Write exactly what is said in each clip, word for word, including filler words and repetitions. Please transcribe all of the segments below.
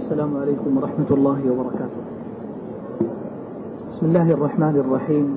السلام عليكم ورحمة الله وبركاته. بسم الله الرحمن الرحيم.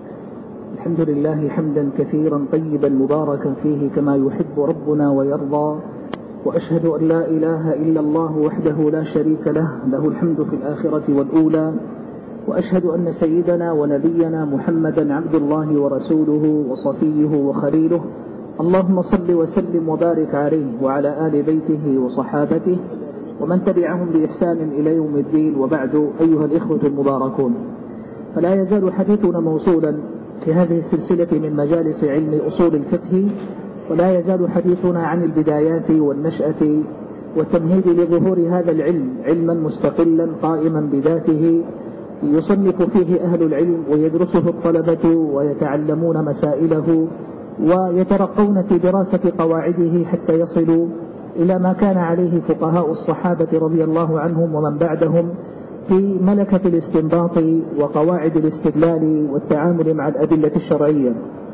الحمد لله حمدا كثيرا طيبا مباركا فيه كما يحب ربنا ويرضى، وأشهد أن لا إله إلا الله وحده لا شريك له، له الحمد في الآخرة والأولى، وأشهد أن سيدنا ونبينا محمدا عبد الله ورسوله وصفيه وخليله، اللهم صل وسلم وبارك عليه وعلى آل بيته وصحابته ومن تبعهم بإحسان إلى يوم الدين، وبعد. أيها الإخوة المباركون، فلا يزال حديثنا موصولا في هذه السلسلة من مجالس علم أصول الفقه، ولا يزال حديثنا عن البدايات والنشأة والتمهيد لظهور هذا العلم علما مستقلا قائما بذاته يصنف فيه أهل العلم ويدرسه الطلبة ويتعلمون مسائله ويترقون في دراسة قواعده حتى يصلوا إلى ما كان عليه فقهاء الصحابة رضي الله عنهم ومن بعدهم في ملكة الاستنباط وقواعد الاستدلال والتعامل مع الأدلة الشرعية.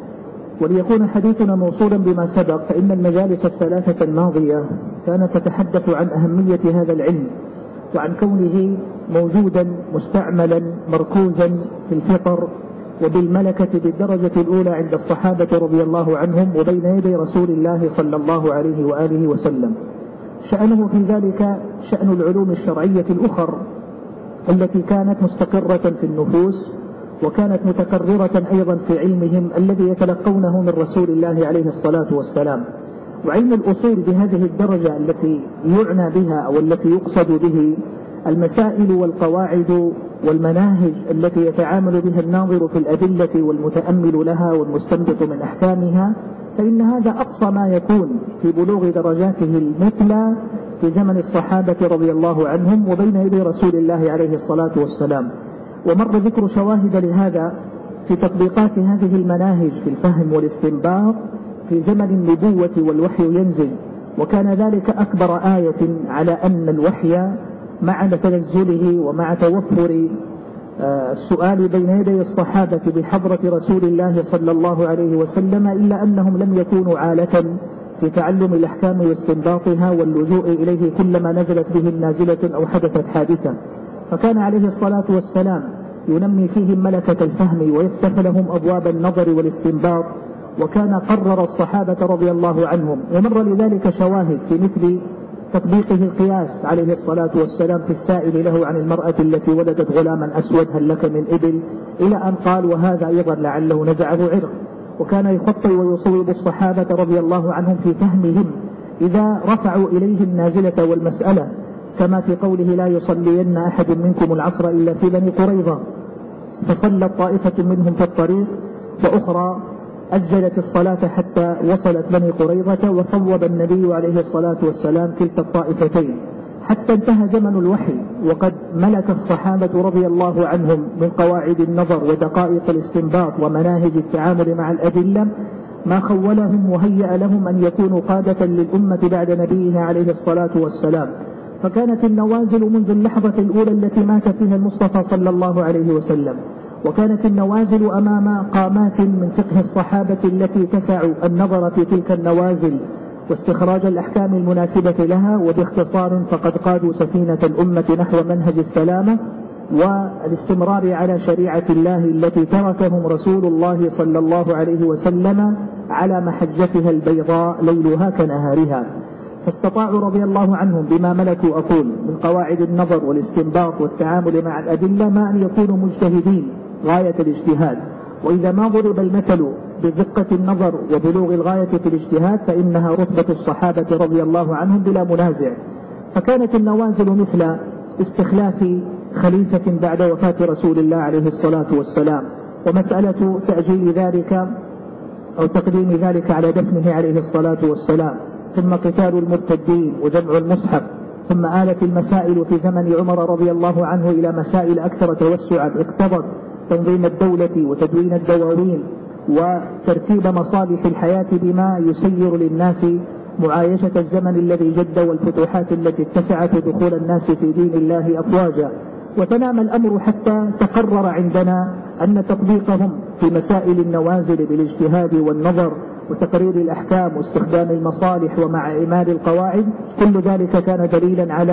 وليكون حديثنا موصولا بما سبق، فإن المجالس الثلاثة الماضية كانت تتحدث عن أهمية هذا العلم وعن كونه موجودا مستعملا مركوزا في الفطر وبالملكة بالدرجة الأولى عند الصحابة رضي الله عنهم وبين يدي رسول الله صلى الله عليه وآله وسلم. شأنه في ذلك شأن العلوم الشرعية الأخر التي كانت مستقرة في النفوس وكانت متكررة أيضا في علمهم الذي يتلقونه من رسول الله عليه الصلاة والسلام. وعلم الأصول بهذه الدرجة التي يعنى بها أو التي يقصد به المسائل والقواعد والمناهج التي يتعامل بها الناظر في الأدلة والمتأمل لها والمستنبط من أحكامها، فإن هذا أقصى ما يكون في بلوغ درجاته المثلى في زمن الصحابة رضي الله عنهم وبين يدي رسول الله عليه الصلاة والسلام. ومر ذكر شواهد لهذا في تطبيقات هذه المناهج في الفهم والاستنباط في زمن النبوة والوحي ينزل، وكان ذلك أكبر آية على أن الوحي مع تنزله ومع توفر السؤال بين يدي الصحابة بحضرة رسول الله صلى الله عليه وسلم، إلا أنهم لم يكونوا عالة في تعلم الأحكام واستنباطها واللجوء إليه كلما نزلت بهم نازلة أو حدثت حادثة. فكان عليه الصلاة والسلام ينمي فيهم ملكة الفهم ويفتح لهم أبواب النظر والاستنباط، وكان قرر الصحابة رضي الله عنهم. ومر لذلك شواهد في مثل تطبيقه القياس عليه الصلاة والسلام في السائل له عن المرأة التي ولدت غلاما أسود هل لك من إبل، إلى أن قال وهذا أيضا لعله نزعه عرق. وكان يخطئ ويصوب الصحابة رضي الله عنهم في فهمهم إذا رفعوا إليه النازلة والمسألة، كما في قوله لا يصلين أحد منكم العصر إلا في بني قريظة، فصلت طائفة منهم في الطريق وأخرى أجلت الصلاة حتى وصلت بني قريظة، وصوب النبي عليه الصلاة والسلام كلتا الطائفتين حتى انتهى زمن الوحي، وقد ملك الصحابة رضي الله عنهم من قواعد النظر ودقائق الاستنباط ومناهج التعامل مع الأدلة ما خولهم وهيأ لهم أن يكونوا قادة للأمة بعد نبيها عليه الصلاة والسلام. فكانت النوازل منذ اللحظة الأولى التي مات فيها المصطفى صلى الله عليه وسلم، وكانت النوازل أمام قامات من فقه الصحابة التي تسع النظر في تلك النوازل واستخراج الأحكام المناسبة لها، وباختصار فقد قادوا سفينة الأمة نحو منهج السلامة والاستمرار على شريعة الله التي تركهم رسول الله صلى الله عليه وسلم على محجتها البيضاء ليلها كنهارها. فاستطاعوا رضي الله عنهم بما ملكوا أقول من قواعد النظر والاستنباط والتعامل مع الأدلة ما أن يكونوا مجتهدين غاية الاجتهاد، وإذا ما ضرب المثل بدقة النظر وبلوغ الغاية في الاجتهاد فإنها رتبة الصحابة رضي الله عنهم بلا منازع. فكانت النوازل مثل استخلاف خليفة بعد وفاة رسول الله عليه الصلاة والسلام، ومسألة تأجيل ذلك أو تقديم ذلك على دفنه عليه الصلاة والسلام، ثم قتال المرتدين وجمع المصحف، ثم آلت المسائل في زمن عمر رضي الله عنه إلى مسائل أكثر توسعا اقتضت تنظيم الدولة وتدوين الدواوين وترتيب مصالح الحياة بما يسير للناس معايشة الزمن الذي جد والفتوحات التي اتسعت دخول الناس في دين الله أفواجا. وتنام الأمر حتى تقرر عندنا أن تطبيقهم في مسائل النوازل بالاجتهاد والنظر وتقرير الأحكام واستخدام المصالح ومع إعمال القواعد، كل ذلك كان دليلا على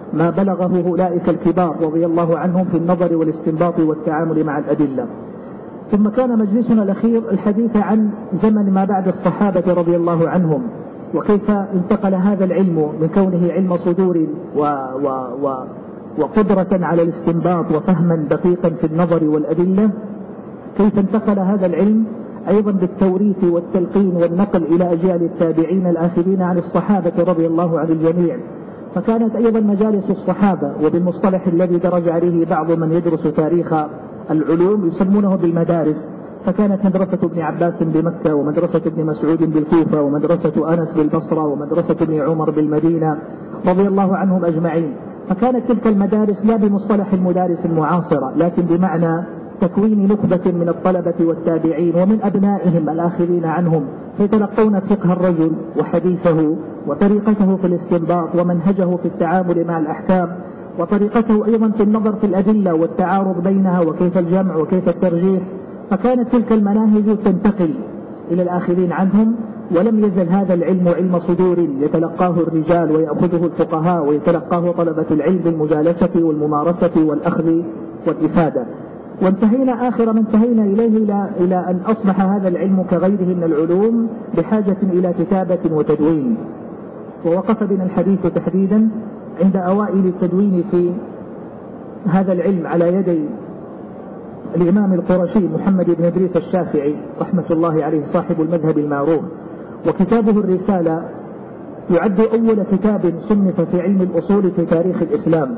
ما بلغه أولئك الكبار رضي الله عنهم في النظر والاستنباط والتعامل مع الأدلة. ثم كان مجلسنا الأخير الحديث عن زمن ما بعد الصحابة رضي الله عنهم، وكيف انتقل هذا العلم من كونه علم صدور و و و وقدرة على الاستنباط وفهما دقيقا في النظر والأدلة، كيف انتقل هذا العلم أيضا بالتوريث والتلقين والنقل إلى أجيال التابعين الآخذين عن الصحابة رضي الله عن الجميع. فكانت أيضا مجالس الصحابة، وبالمصطلح الذي درج عليه بعض من يدرس تاريخ العلوم يسمونه بالمدارس، فكانت مدرسة ابن عباس بمكة، ومدرسة ابن مسعود بالكوفة، ومدرسة أنس بالبصرة، ومدرسة ابن عمر بالمدينة رضي الله عنهم أجمعين. فكانت تلك المدارس لا بمصطلح المدارس المعاصرة، لكن بمعنى تكوين نخبة من الطلبة والتابعين ومن أبنائهم الآخرين عنهم، فيتلقون فقه الرجل وحديثه وطريقته في الاستنباط ومنهجه في التعامل مع الأحكام، وطريقته أيضا في النظر في الأدلة والتعارض بينها وكيف الجمع وكيف الترجيح. فكانت تلك المناهج تنتقل إلى الآخرين عنهم، ولم يزل هذا العلم علم صدور يتلقاه الرجال ويأخذه الفقهاء ويتلقاه طلبة العلم بالمجالسة والممارسة والأخذ والإفادة. وانتهينا آخر ما انتهينا إليه إلى, إلى أن أصبح هذا العلم كغيره من العلوم بحاجة إلى كتابة وتدوين. ووقف بنا الحديث تحديدا عند أوائل التدوين في هذا العلم على يدي الإمام القرشي محمد بن إدريس الشافعي رحمة الله عليه صاحب المذهب المعروف. وكتابه الرسالة يعد أول كتاب صنف في علم الأصول في تاريخ الإسلام،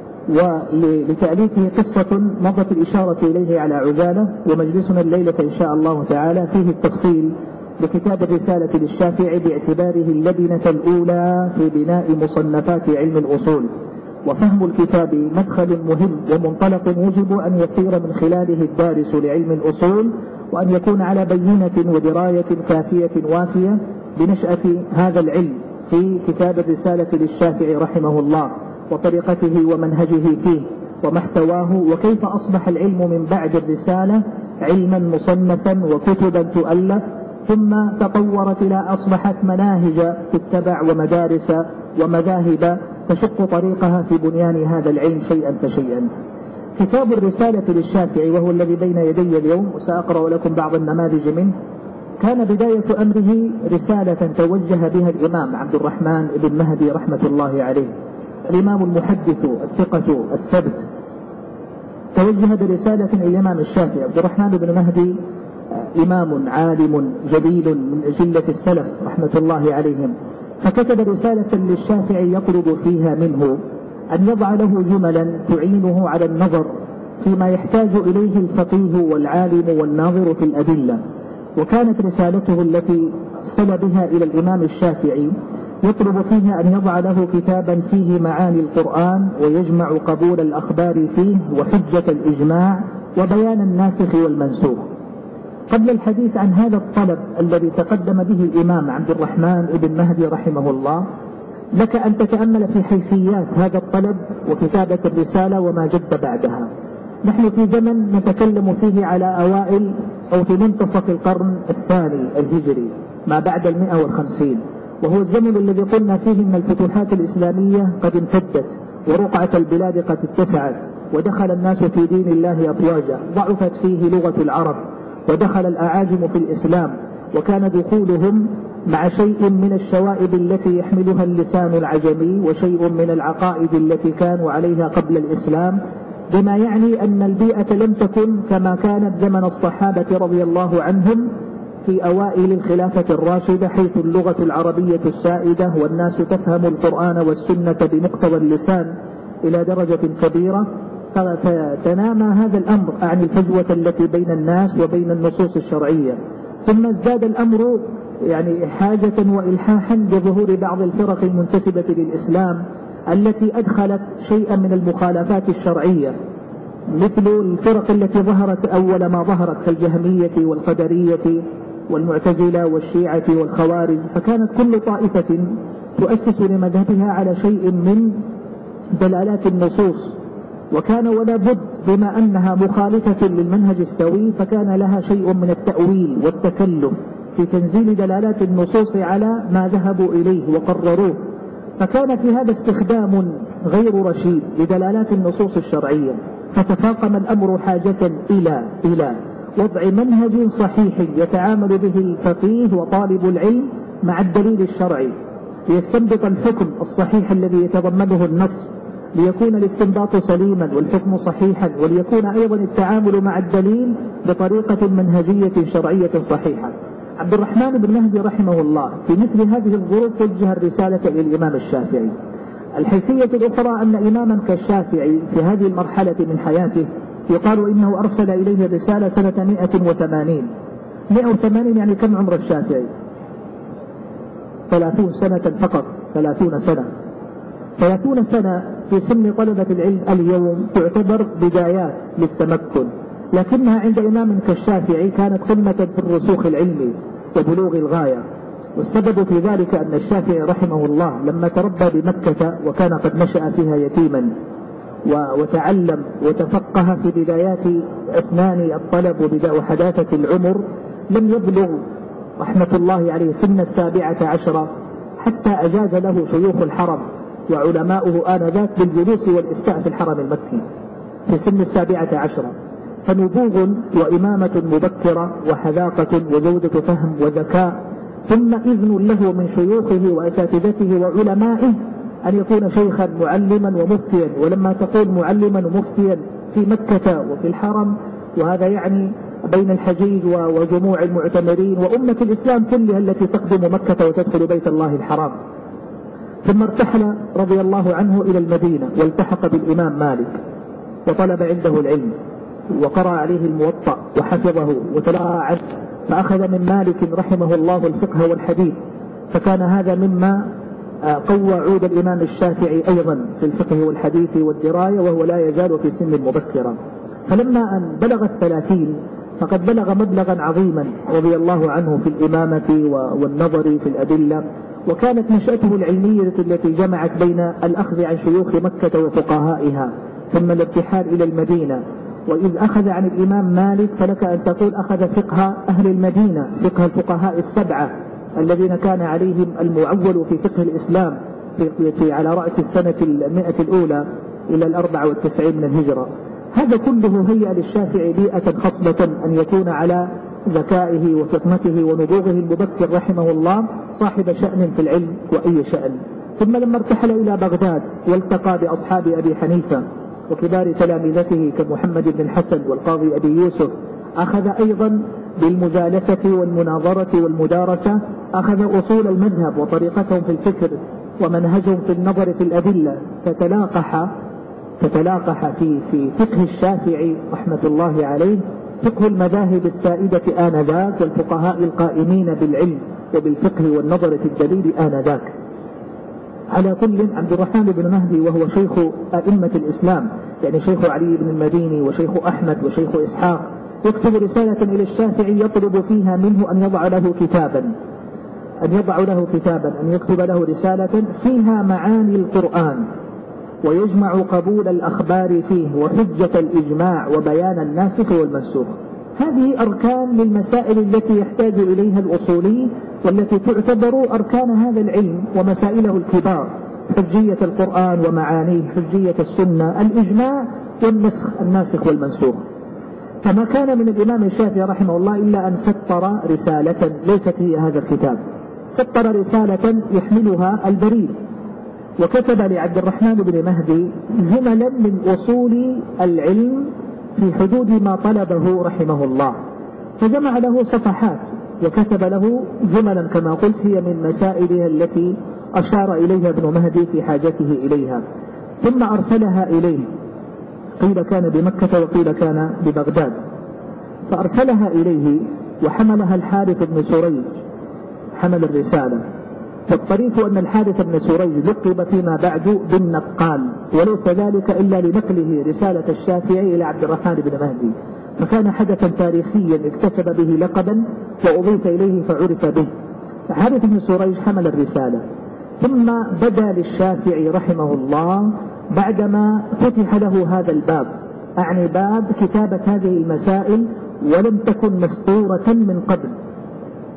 ولتأليفه قصة مضت الإشارة إليه على عجالة، ومجلسنا الليلة إن شاء الله تعالى فيه التفصيل لكتاب الرسالة للشافعي باعتباره اللبنة الأولى في بناء مصنفات علم الأصول. وفهم الكتاب مدخل مهم ومنطلق يجب أن يسير من خلاله الدارس لعلم الأصول، وأن يكون على بينة ودراية كافية وافية بنشأة هذا العلم في كتاب الرسالة للشافعي رحمه الله، وطريقته ومنهجه فيه ومحتواه، وكيف أصبح العلم من بعد الرسالة علما مصنفا وكتبا تؤلف، ثم تطورت إلى أصبحت مناهج تتبع ومدارس ومذاهب تشق طريقها في بنيان هذا العلم شيئا فشيئا. كتاب الرسالة للشافعي وهو الذي بين يدي اليوم، وسأقرأ لكم بعض النماذج منه، كان بداية أمره رسالة توجه بها الإمام عبد الرحمن بن مهدي رحمة الله عليه، الإمام المحدث الثقة الثبت، توجه برسالة إلى الإمام الشافعي. عبد الرحمن بن مهدي إمام عالم جليل من أجلة السلف رحمة الله عليهم، فكتب رسالة للشافعي يطلب فيها منه أن يضع له جملا تعينه على النظر فيما يحتاج إليه الفقيه والعالم والناظر في الأدلة. وكانت رسالته التي صل بها إلى الإمام الشافعي يطلب فيها أن يضع له كتابا فيه معاني القرآن ويجمع قبول الأخبار فيه وحجة الإجماع وبيان الناسخ والمنسوخ. قبل الحديث عن هذا الطلب الذي تقدم به الإمام عبد الرحمن بن مهدي رحمه الله، لك أن تتأمل في حيثيات هذا الطلب وكتابة الرسالة وما جد بعدها. نحن في زمن نتكلم فيه على أوائل أو في منتصف القرن الثاني الهجري ما بعد المئة والخمسين، وهو الزمن الذي قلنا فيه أن الفتوحات الإسلامية قد امتدت ورقعة البلاد قد اتسعت ودخل الناس في دين الله أفواجا، ضعفت فيه لغة العرب ودخل الأعاجم في الإسلام، وكان دخولهم مع شيء من الشوائب التي يحملها اللسان العجمي وشيء من العقائد التي كانوا عليها قبل الإسلام، بما يعني أن البيئة لم تكن كما كانت زمن الصحابة رضي الله عنهم في أوائل الخلافة الراشدة، حيث اللغة العربية السائدة والناس تفهم القرآن والسنة بمقتضى اللسان إلى درجة كبيرة. فتنامى هذا الأمر عن الفجوة التي بين الناس وبين النصوص الشرعية، ثم ازداد الأمر يعني حاجة وإلحاحا بظهور بعض الفرق المنتسبة للإسلام التي أدخلت شيئا من المخالفات الشرعية، مثل الفرق التي ظهرت أول ما ظهرت كالجهمية والقدرية والمعتزلة والشيعة والخوارج. فكانت كل طائفة تؤسس لمذهبها على شيء من دلالات النصوص، وكان ولا بد بما أنها مخالفة للمنهج السوي فكان لها شيء من التأويل والتكلف في تنزيل دلالات النصوص على ما ذهبوا إليه وقرروه. فكان في هذا استخدام غير رشيد لدلالات النصوص الشرعية، فتفاقم الأمر حاجة إلى إلى وضع منهج صحيح يتعامل به الفقيه وطالب العلم مع الدليل الشرعي، ليستنبط الحكم الصحيح الذي يتضمنه النص، ليكون الاستنباط سليما والحكم صحيحا، وليكون أيضا التعامل مع الدليل بطريقة منهجية شرعية صحيحة. عبد الرحمن بن مهدي رحمه الله في مثل هذه الظروف وجه الرسالة إلى الإمام الشافعي. الحيثية الأخرى أن إماما كالشافعي في هذه المرحلة من حياته يقال إنه أرسل إليه الرسالة سنة مئة وثمانين. مئة وثمانين يعني كم عمر الشافعي؟ ثلاثون سنة فقط. ثلاثون سنة ثلاثون سنة في سن طلبة العلم اليوم تعتبر بدايات للتمكن، لكنها عند إمام كالشافعي كانت قمة في الرسوخ العلمي وبلوغ الغاية. والسبب في ذلك أن الشافعي رحمه الله لما تربى بمكة وكان قد نشأ فيها يتيما وتعلم وتفقه في بدايات أسنان الطلب وحداثة العمر، لم يبلغ رحمة الله عليه سن السابعة عشرة حتى أجاز له شيوخ الحرم وعلماؤه آنذاك بالجلوس والإفتاء في الحرم المكي في سن السابعة عشرة. فنبوغ وإمامة مبكرة وحذاقة وجودة فهم وذكاء، ثم إذن له من شيوخه وأساتذته وعلمائه أن يكون شيخا معلما ومفتيا. ولما تقول معلما ومفتيا في مكة وفي الحرم، وهذا يعني بين الحجيج وجموع المعتمرين وأمة الإسلام كلها التي تقدم مكة وتدخل بيت الله الحرام. ثم ارتحل رضي الله عنه إلى المدينة والتحق بالإمام مالك وطلب عنده العلم وقرأ عليه الموطأ وحفظه وتلقى عنه، فأخذ من مالك رحمه الله الفقه والحديث، فكان هذا مما قوى عود الإمام الشافعي أيضا في الفقه والحديث والدراية، وهو لا يزال في سن مبكرة. فلما أن بلغ الثلاثين فقد بلغ مبلغا عظيما رضي الله عنه في الإمامة والنظر في الأدلة، وكانت نشأته العلمية التي جمعت بين الأخذ عن شيوخ مكة وفقهائها ثم الارتحال إلى المدينة. وإذ أخذ عن الإمام مالك فلك أن تقول أخذ فقه أهل المدينة، فقه الفقهاء السبعة الذين كان عليهم المعول في فقه الإسلام في, في على رأس السنة المئة الأولى إلى الأربع والتسعين من الهجرة. هذا كله هيأ للشافعي بيئة خصبة أن يكون على ذكائه وفطنته ونبوغه المبكر رحمه الله صاحب شأن في العلم وأي شأن. ثم لما ارتحل إلى بغداد والتقى بأصحاب أبي حنيفة وكبار تلامذته كمحمد بن الحسن والقاضي أبي يوسف، أخذ أيضا بالمجالسة والمناظرة والمدارسة، أخذ أصول المذهب وطريقتهم في الفكر ومنهجهم في النظر في الأدلة، فتلاقح تتلاقح في في فقه الشافعي رحمة الله عليه فقه المذاهب السائدة آنذاك والفقهاء القائمين بالعلم وبالفقه والنظر في الدليل آنذاك. على كل، عبد الرحمن بن مهدي وهو شيخ أئمة الإسلام، يعني شيخ علي بن المديني وشيخ أحمد وشيخ إسحاق، يكتب رسالة إلى الشافعي يطلب فيها منه أن يضع له كتابا أن يضع له كتابا أن يكتب له رسالة فيها معاني القرآن ويجمع قبول الأخبار فيه وحجة الإجماع وبيان الناسخ والمنسوخ. هذه أركان للمسائل التي يحتاج إليها الأصولي والتي تعتبر أركان هذا العلم ومسائله الكبار: حجية القرآن ومعانيه، حجية السنة، الإجماع والنسخ الناسخ والمنسوخ. فما كان من الإمام الشافعي رحمه الله إلا أن سطر رسالة ليست هي هذا الكتاب، سطر رسالة يحملها البريد، وكتب لعبد الرحمن بن مهدي جملا من أصول العلم في حدود ما طلبه رحمه الله، فجمع له صفحات وكتب له جملا كما قلت هي من مسائلها التي أشار إليها ابن مهدي في حاجته إليها، ثم أرسلها إليه، قيل كان بمكة وقيل كان ببغداد، فأرسلها إليه وحملها الحارث بن سريج، حمل الرسالة. فالطريف أن الحارث بن سريج لقب فيما بعد بالنقال، وليس ذلك إلا لنقله رسالة الشافعي إلى عبد الرحمن بن مهدي، فكان حدثا تاريخيا اكتسب به لقبا وأضيف إليه فعرف به. الحارث بن سريج حمل الرسالة، ثم بدا للشافعي رحمه الله بعدما فتح له هذا الباب، أعني باب كتابة هذه المسائل، ولم تكن مسطورة من قبل،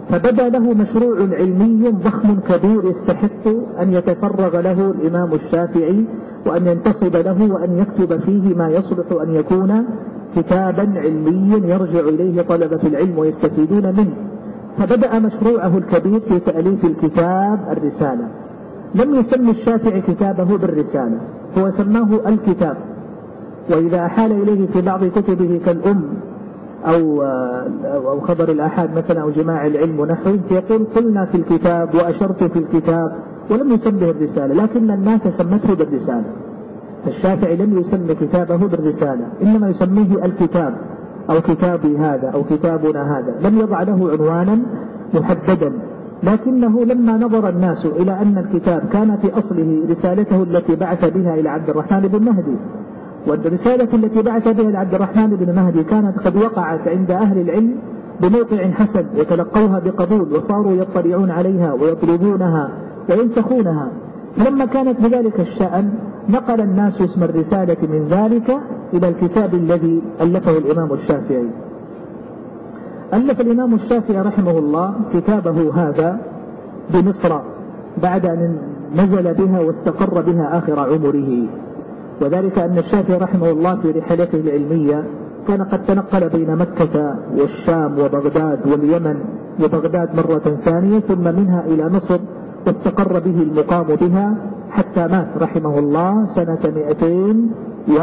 فبدا له مشروع علمي ضخم كبير يستحق أن يتفرغ له الإمام الشافعي وأن ينتصب له وأن يكتب فيه ما يصلح أن يكون كتابا علميا يرجع إليه طلبة العلم ويستفيدون منه. فبدأ مشروعه الكبير في تأليف الكتاب الرسالة. لم يسمي الشافعي كتابه بالرسالة، هو سماه الكتاب. وإذا أحال إليه في بعض كتبه كالأم أو أو خبر الآحاد مثلا أو جماع العلم ونحوه يقول قلنا في الكتاب وأشرت في الكتاب، ولم يسمه الرسالة، لكن الناس سمته بالرسالة. فالشافعي لم يسمي كتابه بالرسالة، إنما يسميه الكتاب أو كتابي هذا أو كتابنا هذا، لم يضع له عنوانا محددا. لكنه لما نظر الناس إلى أن الكتاب كان في أصله رسالته التي بعث بها إلى عبد الرحمن بن مهدي، والرسالة التي بعث بها إلى عبد الرحمن بن مهدي كانت قد وقعت عند أهل العلم بموقع حسن يتلقوها بقبول، وصاروا يطلعون عليها ويطلبونها وينسخونها. فلما كانت بذلك الشأن نقل الناس اسم الرسالة من ذلك إلى الكتاب الذي ألفه الإمام الشافعي. ألف الإمام الشافعي رحمه الله كتابه هذا بمصر بعد أن نزل بها واستقر بها آخر عمره، وذلك أن الشافعي رحمه الله في رحلته العلمية كان قد تنقل بين مكة والشام وبغداد واليمن وبغداد مرة ثانية، ثم منها إلى مصر، واستقر به المقام بها حتى مات رحمه الله سنة مئتين و...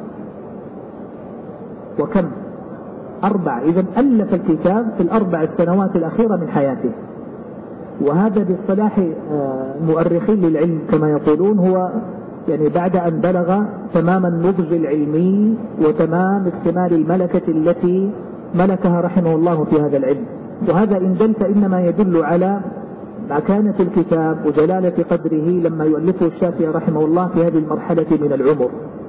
وكم أربع. إذن ألف الكتاب في الأربع السنوات الأخيرة من حياته. وهذا باصطلاح مؤرخين للعلم كما يقولون هو يعني بعد أن بلغ تمام النضج العلمي وتمام اكتمال الملكة التي ملكها رحمه الله في هذا العلم. وهذا إن دل فإنما يدل على مكانة الكتاب وجلالة قدره لما يؤلفه الشافعي رحمه الله في هذه المرحلة من العمر.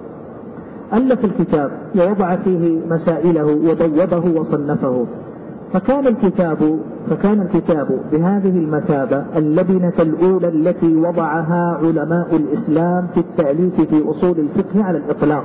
ألف الكتاب ووضع فيه مسائله وبوبه وصنفه، فكان الكتاب فكان الكتاب بهذه المثابة اللبنة الأولى التي وضعها علماء الإسلام في التأليف في أصول الفقه على الإطلاق.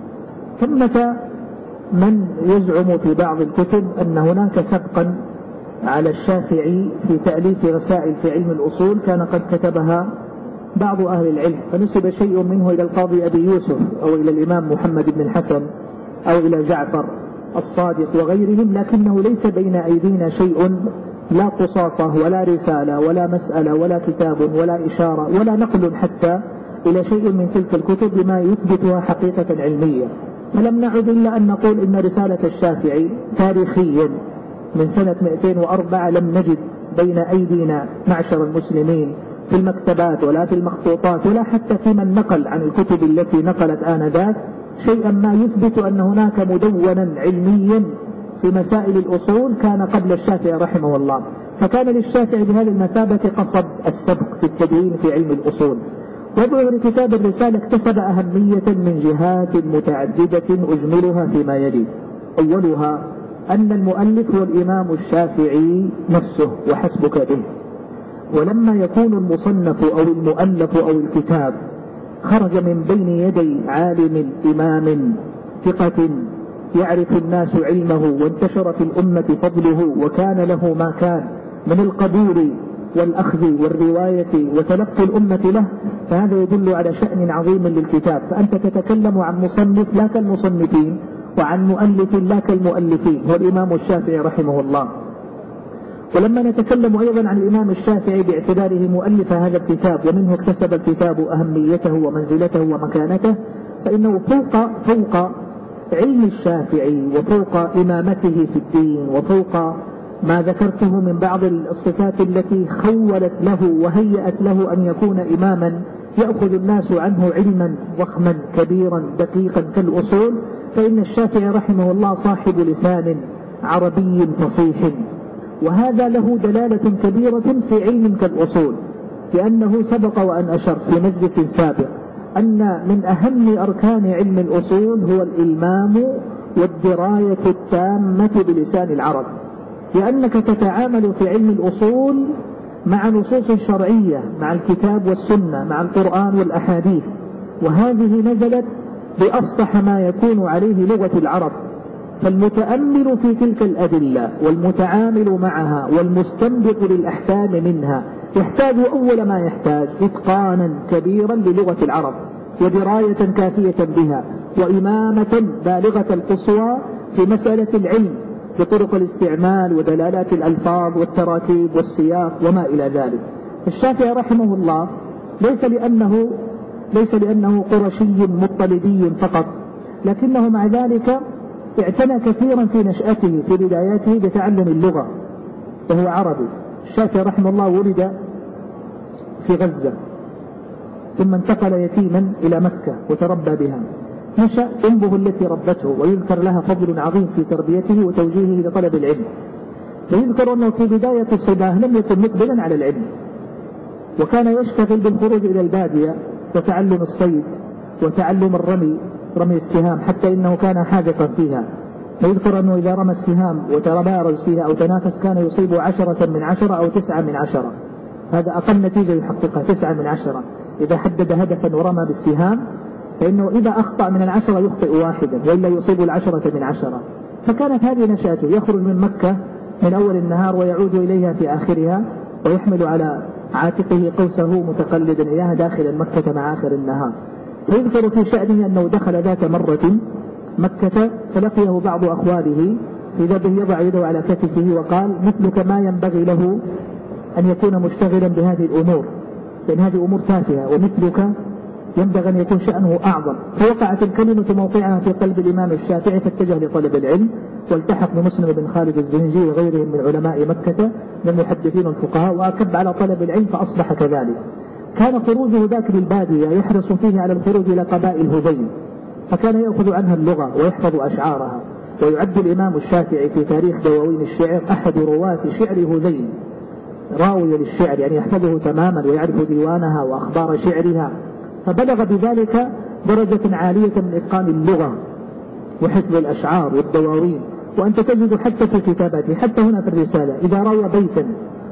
ثمة من يزعم في بعض الكتب أن هناك سبقا على الشافعي في تأليف رسائل في علم الأصول كان قد كتبها بعض أهل العلم، فنسب شيء منه إلى القاضي أبي يوسف أو إلى الإمام محمد بن الحسن أو إلى جعفر الصادق وغيرهم، لكنه ليس بين أيدينا شيء، لا قصاصة ولا رسالة ولا مسألة ولا كتاب ولا إشارة ولا نقل حتى إلى شيء من تلك الكتب بما يثبتها حقيقة علمية. فلم نعد إلا أن نقول إن رسالة الشافعي تاريخيا من سنة مئتين وأربعة لم نجد بين أيدينا معشر المسلمين في المكتبات ولا في المخطوطات ولا حتى في من نقل عن الكتب التي نقلت آنذاك شيئا ما يثبت أن هناك مدونا علميا في مسائل الأصول كان قبل الشافعي رحمه الله. فكان للشافعي بهذه المثابة قصد السبق في التدوين في علم الأصول. وظهر كتاب الرسالة اكتسب أهمية من جهات متعددة أجملها فيما يلي. أولها أن المؤلف هو الإمام الشافعي نفسه وحسبك به. ولما يكون المصنف أو المؤلف أو الكتاب خرج من بين يدي عالم إمام ثقة يعرف الناس علمه وانتشر في الأمة فضله وكان له ما كان من القبول والأخذ والرواية وتلقي الأمة له، فهذا يدل على شأن عظيم للكتاب. فأنت تتكلم عن مصنف لا كالمصنفين وعن مؤلف لا كالمؤلفين، هو الإمام الشافعي رحمه الله. ولما نتكلم أيضا عن الإمام الشافعي باعتباره مؤلف هذا الكتاب ومنه اكتسب الكتاب أهميته ومنزلته ومكانته، فإنه فوق فوق علم الشافعي وفوق إمامته في الدين وفوق ما ذكرته من بعض الصفات التي خولت له وهيأت له أن يكون إماما يأخذ الناس عنه علما ضخما كبيرا دقيقا كالأصول، فإن الشافعي رحمه الله صاحب لسان عربي فصيح، وهذا له دلالة كبيرة في علم كالأصول، لأنه سبق وأن أشرت في مجلس سابق أن من أهم أركان علم الأصول هو الإلمام والدراية التامة بلسان العرب، لأنك تتعامل في علم الأصول مع نصوص شرعية، مع الكتاب والسنة، مع القرآن والأحاديث، وهذه نزلت بأفصح ما يكون عليه لغة العرب. فالمتأمل في تلك الأدلة والمتعامل معها والمستنبط للأحكام منها يحتاج أول ما يحتاج إتقانا كبيرا للغة العرب ودراية كافية بها وإمامة بالغة القصوى في مسألة العلم بطرق الاستعمال ودلالات الألفاظ والتراكيب والسياق وما إلى ذلك. الشافعي رحمه الله ليس لأنه ليس لأنه قرشي مطلبي فقط، لكنه مع ذلك اعتنى كثيرا في نشأته في بداياته بتعلم اللغة، وهو عربي. الشافعي رحمه الله ولد في غزة ثم انتقل يتيما إلى مكة وتربى بها. نشأ أمه التي ربته، ويذكر لها فضل عظيم في تربيته وتوجيهه لطلب العلم. ويذكر أنه في بداية الصباه لم يكن مقبلا على العلم، وكان يشتغل بالخروج إلى البادية وتعلم الصيد وتعلم الرمي، رمي السهام، حتى إنه كان حاجة فيها. ويذكر أنه إذا رمى السهام وتبارز فيها أو تنافس كان يصيب عشرة من عشرة أو تسعة من عشرة، هذا أقل نتيجة يحققها، تسعة من عشرة. إذا حدد هدفا ورمى بالسهام فإنه إذا أخطأ من العشرة يخطئ واحدا وإلا يصيب العشرة من عشرة. فكانت هذه نشاته، يخرج من مكة من أول النهار ويعود إليها في آخرها، ويحمل على عاتقه قوسه متقلدا إياها داخل مكة مع آخر النهار. ويذكر في شأنه أنه دخل ذات مرة مكة فلقيه بعض أخواله في ذبه يضع يده على كتفه وقال: مثلك ما ينبغي له أن يكون مشتغلا بهذه الأمور، لأن هذه أمور تافهة، ومثلك ينبغي أن يكون شأنه أعظم. فوقعت الكلمة موقعها في قلب الإمام الشافعي فاتجه لطلب العلم، والتحق بمسلم بن خالد الزنجي وغيرهم من علماء مكة من المحدثين الفقهاء، وأكب على طلب العلم فأصبح كذلك. كان خروجه ذاك للبادية يحرص فيه على الخروج إلى قبائل هذيل، فكان يأخذ عنها اللغة ويحفظ أشعارها. ويعد الإمام الشافعي في تاريخ دواوين الشعر أحد رواة شعر هذيل، راوي للشعر، يعني يحفظه تماما ويعرف ديوانها وأخبار شعرها. فبلغ بذلك درجة عالية من إتقان اللغة وحفظ الأشعار والدواوين. وأنت تجد حتى في كتاباته، حتى هنا في الرسالة، إذا روى بيتا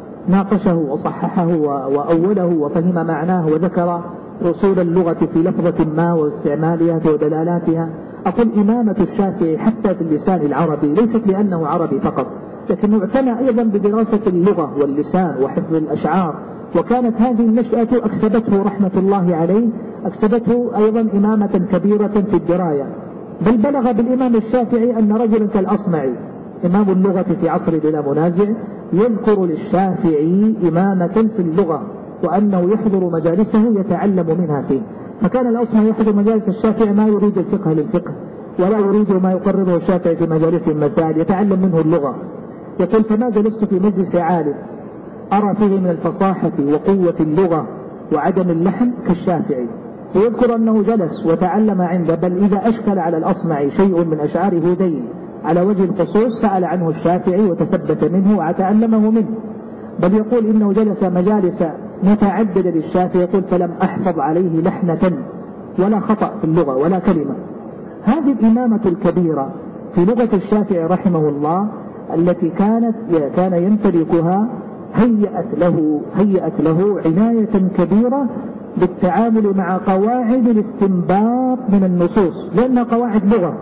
ناقشه وصححه وأوله وفهم معناه وذكر رسول اللغة في لفظة ما واستعمالها ودلالاتها. أقول إمامة الشافعي حتى في اللسان العربي ليست لأنه عربي فقط، لكنه اعتنى أيضا بدراسة اللغة واللسان وحفظ الأشعار. وكانت هذه النشأة أكسبته رحمة الله عليه، أكسبته أيضا إمامة كبيرة في الدراية. بل بلغ بالإمام الشافعي أن رجلا كالأصمعي إمام اللغة في عصر بلا منازع يذكر للشافعي إمامة في اللغة، وأنه يحضر مجالسه يتعلم منها فيه. فكان الأصمعي يحضر مجالس الشافعي ما يريد الفقه للفقه، ولا يريد ما يقرره الشافعي في مجالس المسائل، يتعلم منه اللغة. يقول: فما جلست في مجلس عالم أرى فيه من الفصاحة وقوة اللغة وعدم اللحن كالشافعي. ويذكر أنه جلس وتعلم عنده، بل إذا أشكل على الأصمعي شيء من أشعار هذيل على وجه الخصوص سأل عنه الشافعي وتثبت منه وتعلمه منه. بل يقول إنه جلس مجالس متعددة للشافعي، يقول: فلم أحفظ عليه لحنة ولا خطأ في اللغة ولا كلمة. هذه الإمامة الكبيرة في لغة الشافعي رحمه الله التي كانت كان يمتلكها هيأت له هيأت له عناية كبيرة بالتعامل مع قواعد الاستنباط من النصوص، لأنها قواعد لغة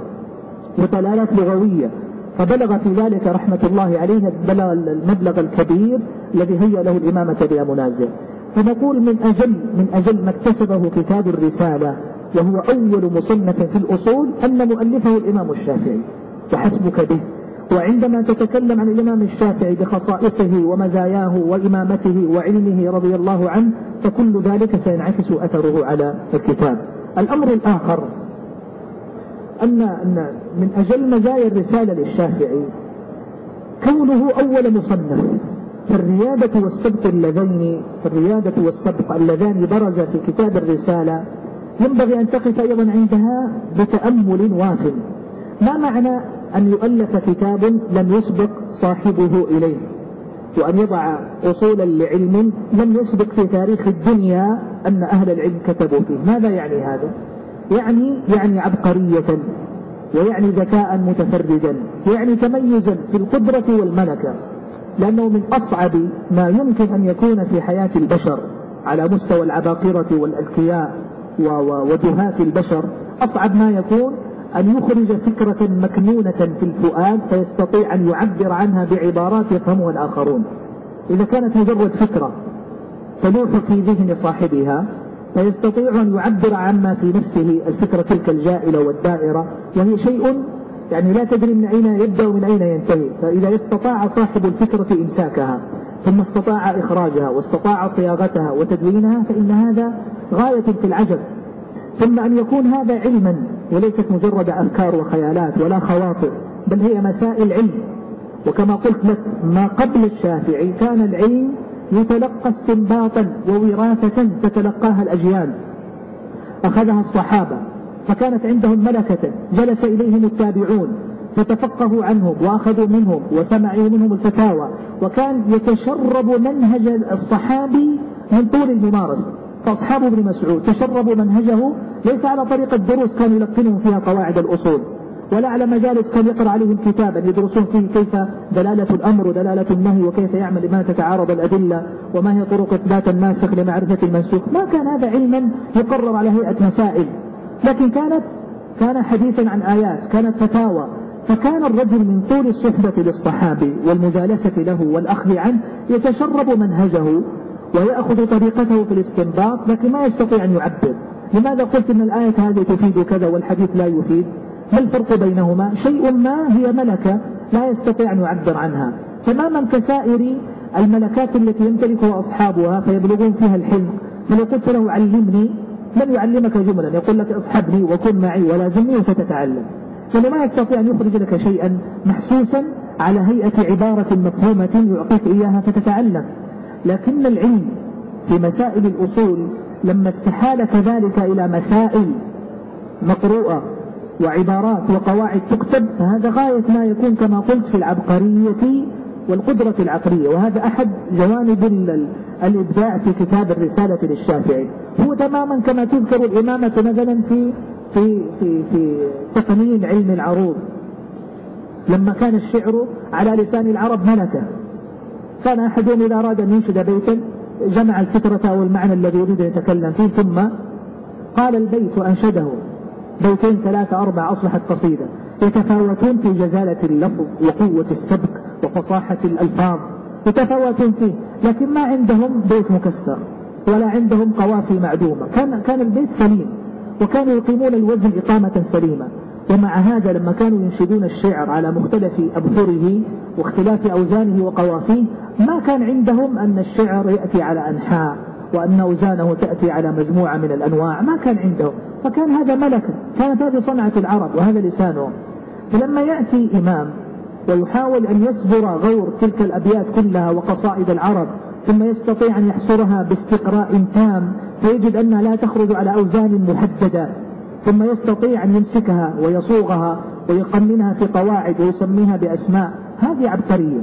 ودلالات لغوية. فبلغ في ذلك رحمة الله عليه بلغ المبلغ الكبير الذي هيأ له الإمامة بلا منازع. فنقول من أجل من أجل ما اكتسبه كتاب الرسالة، وهو أول مصنف في الأصول، أن مؤلفه الإمام الشافعي، وحسبك به. وعندما تتكلم عن الإمام الشافعي بخصائصه ومزاياه وإمامته وعلمه رضي الله عنه، فكل ذلك سينعكس أثره على الكتاب. الأمر الآخر أن من أجل مزايا الرسالة للشافعي كونه أول مصنف. فالريادة والسبق اللذين فالريادة والسبق اللذان برز في كتاب الرسالة ينبغي أن تقف أيضا عندها بتأمل واف. ما معنى أن يؤلف كتاب لم يسبق صاحبه إليه، وأن يضع أصولا لعلم لم يسبق في تاريخ الدنيا أن أهل العلم كتبوا فيه؟ ماذا يعني هذا؟ يعني يعني عبقرية، ويعني ذكاء متفردا، يعني تميزا في القدرة والملكة. لأنه من أصعب ما يمكن أن يكون في حياة البشر على مستوى العباقرة والأذكياء ودهاة البشر، أصعب ما يكون أن يخرج فكرة مكنونة في الفؤاد فيستطيع أن يعبر عنها بعبارات يفهمها الآخرون. إذا كانت مجرد فكرة تلوح في ذهن صاحبها فيستطيع أن يعبر عما في نفسه الفكرة تلك الجائلة والدائرة، وهي شيء يعني لا تدري من أين يبدأ ومن أين ينتهي. فإذا استطاع صاحب الفكرة إمساكها ثم استطاع إخراجها واستطاع صياغتها وتدوينها فإن هذا غاية في العجب. ثم أن يكون هذا علما وليست مجرد أفكار وخيالات ولا خواطر، بل هي مسائل علم. وكما قلت لك ما قبل الشافعي كان العلم يتلقى استنباطا ووراثة تتلقاها الأجيال، أخذها الصحابة فكانت عندهم ملكة، جلس إليهم التابعون فتفقهوا عنهم وأخذوا منهم وسمعوا منهم الفتاوى، وكان يتشرب منهج الصحابي من طول الممارسة. فأصحاب ابن مسعود تشربوا منهجه ليس على طريقة دروس كان يلقنهم فيها قواعد الأصول، ولا على مجالس كان يقرأ عليهم كتابا يدرسون فيه كيف دلالة الأمر ودلالة النهي وكيف يعمل لما تتعارض الأدلة وما هي طرق إثبات الناسخ لمعرفة المنسوخ. ما كان هذا علما يقرر على هيئة مسائل، لكن كانت كان حديثا عن آيات، كانت فتاوى. فكان الرجل من طول الصحبة للصحابي والمجالسة له والأخذ عنه يتشرب منهجه ويأخذ طريقته في الاستنباط، لكن ما يستطيع أن يعبر. لماذا قلت أن الآية هذه تفيد كذا والحديث لا يفيد؟ ما الفرق بينهما؟ شيء ما هي ملكة لا يستطيع أن يعبر عنها تماما كسائر الملكات التي يمتلكها أصحابها فيبلغون فيها الحلم. فلو قلت له علمني لن يعلمك جملا، يقول لك اصحبني وكن معي ولازمني وستتعلم. فلما يستطيع أن يخرج لك شيئا محسوسا على هيئة عبارة مفهومة يعطيك إياها فتتعلم. لكن العلم في مسائل الأصول لما استحال كذلك إلى مسائل مقروءة وعبارات وقواعد تكتب، فهذا غاية ما يكون كما قلت في العبقرية والقدرة العقلية. وهذا أحد جوانب الإبداع في كتاب الرسالة للشافعي. هو تماما كما تذكر الإمامة مثلا في في في في تقنين علم العروض، لما كان الشعر على لسان العرب ملكة. كان أحدهم إذا أراد أن ينشد بيتا جمع الفكرة أو المعنى الذي يريد أن يتكلم فيه ثم قال البيت وأنشده، بيتين ثلاثة أربعة أصبحت قصيدة. يتفاوتون في جزالة اللفظ وقوة السبك وفصاحة الألفاظ، يتفاوتون فيه، لكن ما عندهم بيت مكسر ولا عندهم قوافي معدومة. كان كان البيت سليم وكانوا يقيمون الوزن إقامة سليمة. ومع هذا لما كانوا ينشدون الشعر على مختلف أبحره واختلاف أوزانه وقوافيه ما كان عندهم أن الشعر يأتي على أنحاء وأن أوزانه تأتي على مجموعة من الأنواع، ما كان عندهم. فكان هذا ملكة، كانت هذه صنعة العرب وهذا لسانهم. فلما يأتي إمام ويحاول أن يصبر غور تلك الأبيات كلها وقصائد العرب ثم يستطيع أن يحصرها باستقراء تام فيجد أنها لا تخرج على أوزان محددة، ثم يستطيع أن يمسكها ويصوغها ويقننها في قواعد ويسميها بأسماء، هذه عبقرية.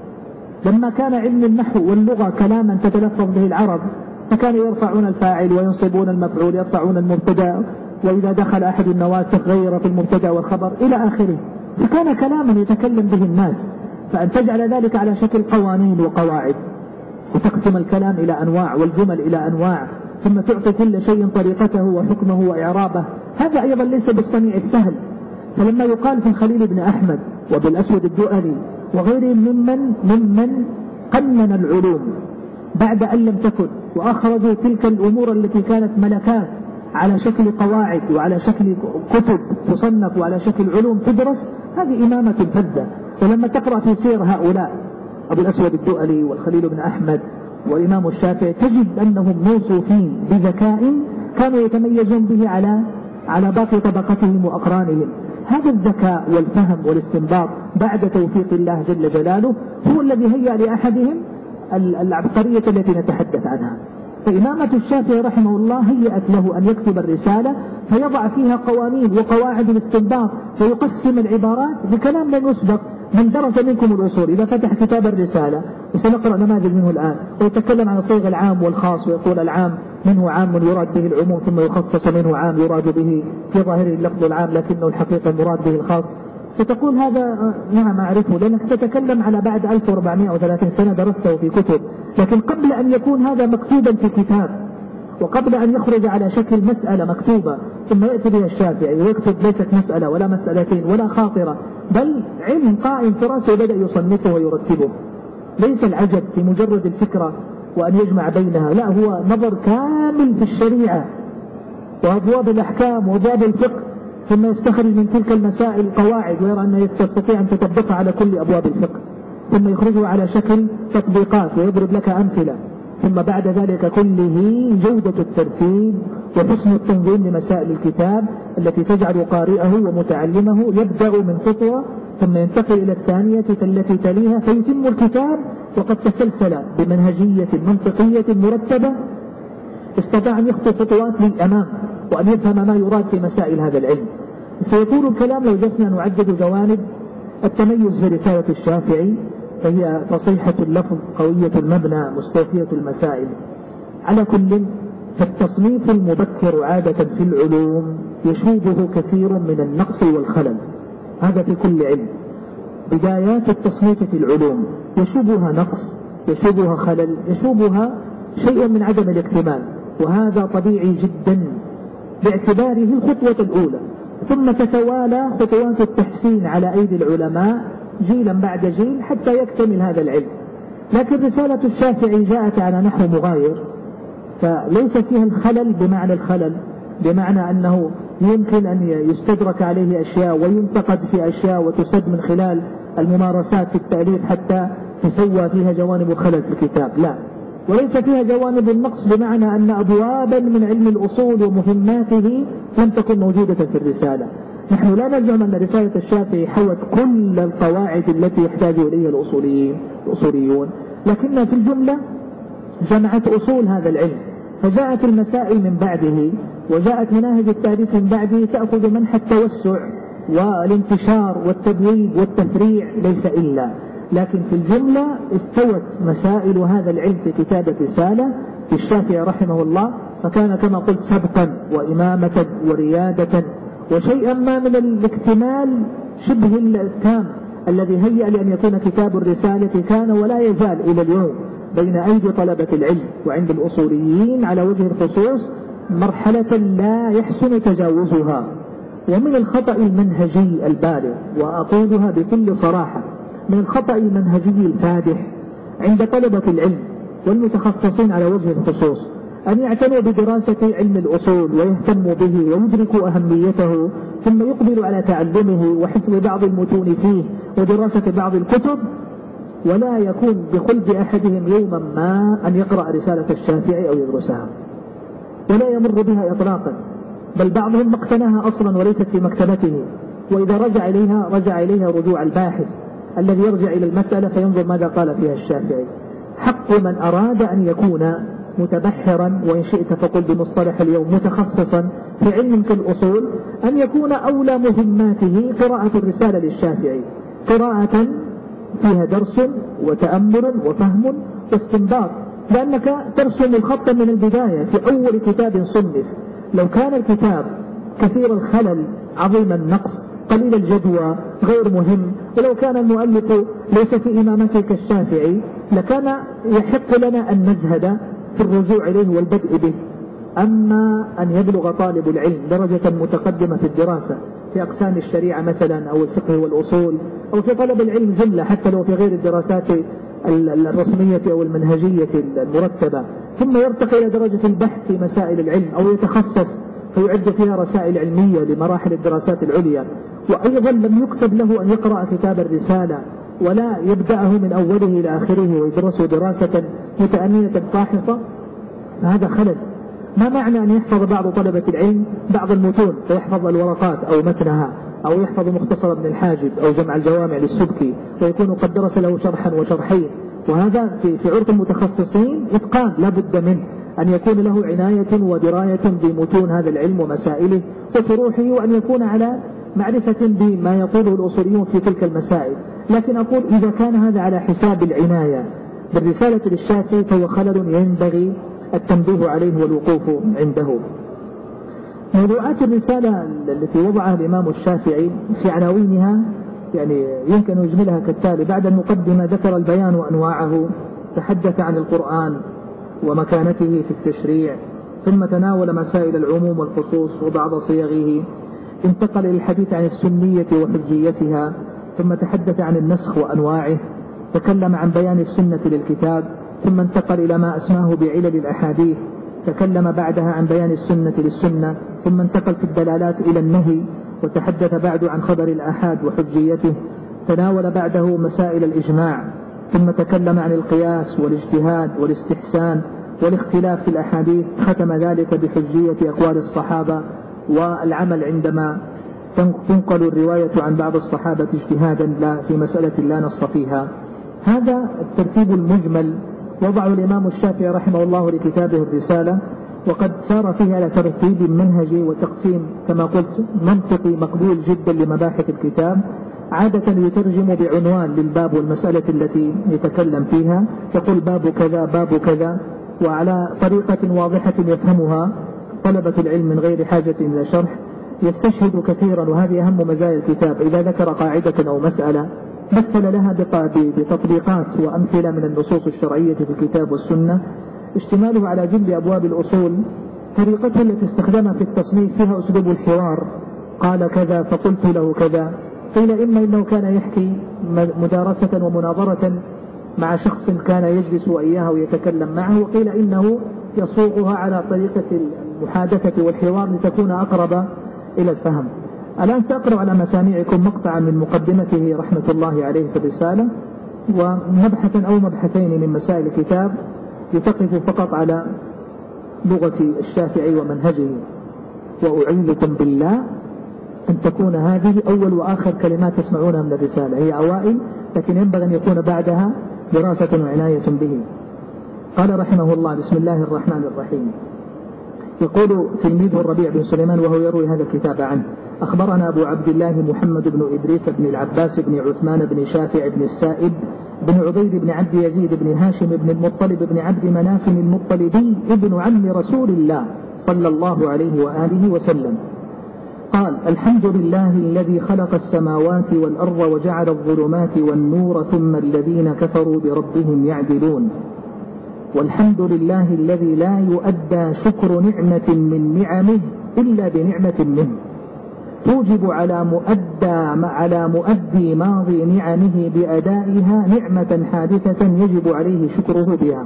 لما كان علم النحو واللغة كلاما تتلفظ به العرب فكانوا يرفعون الفاعل وينصبون المفعول، يرفعون المبتدا، وإذا دخل أحد النواسخ غير في المبتدا والخبر إلى آخره. فكان كلاما يتكلم به الناس. فأن تجعل ذلك على شكل قوانين وقواعد وتقسم الكلام إلى أنواع والجمل إلى أنواع ثم تعطي كل شيء طريقته وحكمه وإعرابه، هذا أيضا ليس بالصنيع السهل. فلما يقال في الخليل بن أحمد وبالأسود الدؤلي وغيرهم ممن ممن قنن العلوم بعد أن لم تكن وأخرجوا تلك الأمور التي كانت ملكات على شكل قواعد وعلى شكل كتب تصنف وعلى شكل علوم تدرس، هذه إمامة فذة. ولما تقرأ في سير هؤلاء أبو الأسود الدؤلي والخليل بن أحمد والإمام الشافعي تجد أنهم موصوفين بذكاء كانوا يتميزون به على على باقي طبقتهم وأقرانهم. هذا الذكاء والفهم والاستنباط بعد توفيق الله جل جلاله هو الذي هيأ لأحدهم العبقرية التي نتحدث عنها. فإمامة الشافعي رحمه الله هيأت له أن يكتب الرسالة فيضع فيها قوانين وقواعد الاستنباط ويقسم العبارات بكلام لم يسبق. من درس منكم الأصول إذا فتح كتاب الرسالة وسنقرأ نماذج منه الآن ويتكلم عن صيغ العام والخاص ويقول العام منه عام يراد به العموم ثم يخصص منه عام يراد به في ظاهره اللفظ العام لكنه الحقيقة المراد به الخاص، ستقول هذا نعم أعرفه لأنك تتكلم على بعد ألف وأربعمائة وثلاثين سنة درسته في كتب. لكن قبل أن يكون هذا مكتوبا في كتاب وقبل أن يخرج على شكل مسألة مكتوبة ثم يأتي بها الشافعي ويكتب ليست مسألة ولا مسألتين ولا خاطرة، بل علم قائم في رأسه وبدأ يصنفه ويرتبه. ليس العجب في مجرد الفكرة وأن يجمع بينها، لا، هو نظر كامل في الشريعة وأبواب الأحكام وأبواب الفقه، ثم يستخرج من تلك المسائل قواعد ويرى أنها تستطيع أن تطبقها على كل أبواب الفقه، ثم يخرجها على شكل تطبيقات ويضرب لك أمثلة. ثم بعد ذلك كله جودة الترتيب وحسن التنظيم لمسائل الكتاب التي تجعل قارئه ومتعلمه يبدأ من خطوة ثم ينتقل إلى الثانية التي تليها فيتم الكتاب وقد تسلسل بمنهجية منطقية مرتبة، استطاع أن يخطو خطوات للأمام وأن يفهم ما يراد في مسائل هذا العلم. سيطول الكلام لو جلسنا نعدد جوانب التميز في رسالة الشافعي، فهي فصيحة اللفظ قوية المبنى مستوفية المسائل. على كل، فالتصنيف المبكر عادة في العلوم يشوبه كثير من النقص والخلل، هذا في كل علم. بدايات التصنيف في العلوم يشوبها نقص، يشوبها خلل، يشوبها شيء من عدم الاكتمال، وهذا طبيعي جدا باعتباره الخطوة الأولى، ثم تتوالى خطوات التحسين على أيدي العلماء جيلا بعد جيل حتى يكتمل هذا العلم. لكن رسالة الشافعي جاءت على نحو مغاير، فليس فيها الخلل بمعنى الخلل، بمعنى أنه يمكن أن يستدرك عليه أشياء وينتقد في أشياء وتسد من خلال الممارسات في التأليف حتى تسوى فيها جوانب خلل في الكتاب، لا. وليس فيها جوانب النقص بمعنى أن أبوابا من علم الأصول ومهماته لم تكن موجودة في الرسالة. نحن لا نزعم أن رسالة الشافعي حوت كل القواعد التي يحتاج إليها الأصوليين الأصوليون، لكنها في الجملة جمعت أصول هذا العلم، فجاءت المسائل من بعده وجاءت مناهج التعريف من بعده تأخذ منحى التوسع والانتشار والتبويب والتفريع ليس إلا. لكن في الجملة استوت مسائل هذا العلم في كتابة رسالة الشافعي رحمه الله، فكان كما قلت سبقا وإمامة وريادة وشيئا ما من الاكتمال شبه التام الذي هيأ لأن يكون كتاب الرسالة كان ولا يزال إلى اليوم بين أيدي طلبة العلم وعند الأصوليين على وجه الخصوص مرحلة لا يحسن تجاوزها. ومن الخطأ المنهجي البالغ، وأقولها بكل صراحة، من الخطأ المنهجي الفادح عند طلبة العلم والمتخصصين على وجه الخصوص أن يعتنوا بدراسة علم الأصول ويهتموا به ويدركوا أهميته ثم يقبلوا على تعلمه وحفظ بعض المتون فيه ودراسة بعض الكتب، ولا يكون بخلد أحدهم يوما ما أن يقرأ رسالة الشافعي أو يدرسها ولا يمر بها إطلاقا، بل بعضهم ما اقتناها أصلا وليست في مكتبته، وإذا رجع إليها رجع إليها رجوع الباحث الذي يرجع إلى المسألة فينظر ماذا قال فيها الشافعي. حق من أراد أن يكون متبحرا، وإن شئت فقل بمصطلح اليوم متخصصا في علم كالأصول، أن يكون أولى مهماته قراءة الرسالة للشافعي، قراءة فيها درس وتأمل وفهم واستنباط، لأنك ترسم الخط من البداية في أول كتاب صنف. لو كان الكتاب كثير الخلل عظيم النقص قليل الجدوى غير مهم، ولو كان المؤلف ليس في إمامته كالشافعي لكان يحق لنا أن نزهد في الرجوع إليه والبدء به. أما أن يبلغ طالب العلم درجة متقدمة في الدراسة في أقسام الشريعة مثلا أو الفقه والأصول أو في طلب العلم جملة حتى لو في غير الدراسات الرسمية أو المنهجية المرتبة، ثم يرتقي إلى درجة البحث في مسائل العلم أو يتخصص فيعد فيها رسائل علمية لمراحل الدراسات العليا، وأيضا لم يكتب له أن يقرأ كتاب الرسالة ولا يبدأه من أوله إلى آخره ويدرسه دراسة متأنية فاحصة، فهذا خلل. ما معنى أن يحفظ بعض طلبة العلم بعض المتون فيحفظ الورقات أو متنها أو يحفظ مختصر ابن الحاجب أو جمع الجوامع للسبكي ويكون قد درس له شرحا وشرحين، وهذا في, في عرف المتخصصين إتقان لا بد منه أن يكون له عناية ودراية بمتون هذا العلم ومسائله وشروحه، وأن يكون على معرفة بما يطوله الأصوليون في تلك المسائل. لكن أقول إذا كان هذا على حساب العناية بالرسالة للشافعي فهو خلل ينبغي التنبيه عليه والوقوف عنده. موضوعات الرسالة التي وضعها الإمام الشافعي في عناوينها يعني يمكن أن يجملها كالتالي: بعد المقدمة ذكر البيان وأنواعه، تحدث عن القرآن ومكانته في التشريع، ثم تناول مسائل العموم والخصوص وبعض صيغه، انتقل إلى الحديث عن السنية وحجيتها، ثم تحدث عن النسخ وأنواعه، تكلم عن بيان السنة للكتاب، ثم انتقل إلى ما أسماه بعلل الأحاديث، تكلم بعدها عن بيان السنة للسنة، ثم انتقل في الدلالات إلى النهي، وتحدث بعد عن خبر الآحاد وحجيته، تناول بعده مسائل الإجماع، ثم تكلم عن القياس والاجتهاد والاستحسان والاختلاف في الأحاديث، ختم ذلك بحجية أقوال الصحابة والعمل عندما تنقل الرواية عن بعض الصحابة اجتهادا لا في مسألة لا نص فيها. هذا الترتيب المجمل وضعه الإمام الشافعي رحمه الله لكتابه الرسالة، وقد سار فيه على ترتيب منهجي وتقسيم كما قلت منطقي مقبول جدا لمباحث الكتاب. عادة يترجم بعنوان للباب والمسألة التي يتكلم فيها، يقول باب كذا باب كذا، وعلى طريقة واضحة يفهمها طلبة العلم من غير حاجة إلى شرح. يستشهد كثيرا، وهذه أهم مزايا الكتاب، إذا ذكر قاعدة أو مسألة مثل لها بتطبيقات وأمثلة من النصوص الشرعية في الكتاب والسنة. اشتماله على جل أبواب الأصول، طريقته التي استخدمها في التصنيف فيها أسلوب الحوار، قال كذا فقلت له كذا، قيل إما إنه كان يحكي مدارسة ومناظرة مع شخص كان يجلس وإياه ويتكلم معه، وقيل إنه يصوغها على طريقة المحادثة والحوار لتكون أقرب إلى الفهم. الآن سأقرأ على مسامعكم مقطعا من مقدمته رحمة الله عليه في الرسالة، ومبحثا أو مبحثين من مسائل الكتاب يتقف فقط على لغة الشافعي ومنهجه. وأعيذكم بالله أن تكون هذه أول وآخر كلمات تسمعونها من الرسالة، هي أوائل، لكن ينبغي أن يكون بعدها دراسة وعناية به. قال رحمه الله: بسم الله الرحمن الرحيم. يقول تلميذه الربيع بن سليمان وهو يروي هذا الكتاب عنه: أخبرنا أبو عبد الله محمد بن إدريس بن العباس بن عثمان بن شافع بن السائب بن عبيد بن عبد يزيد بن هاشم بن المطلب بن عبد مناف المطلبي ابن عم رسول الله صلى الله عليه وآله وسلم قال: الحمد لله الذي خلق السماوات والأرض وجعل الظلمات والنور ثم الذين كفروا بربهم يعدلون. والحمد لله الذي لا يؤدى شكر نعمة من نعمه إلا بنعمة منه، توجب على مؤدى على مؤدي ماضي نعمه بأدائها نعمة حادثة يجب عليه شكره بها.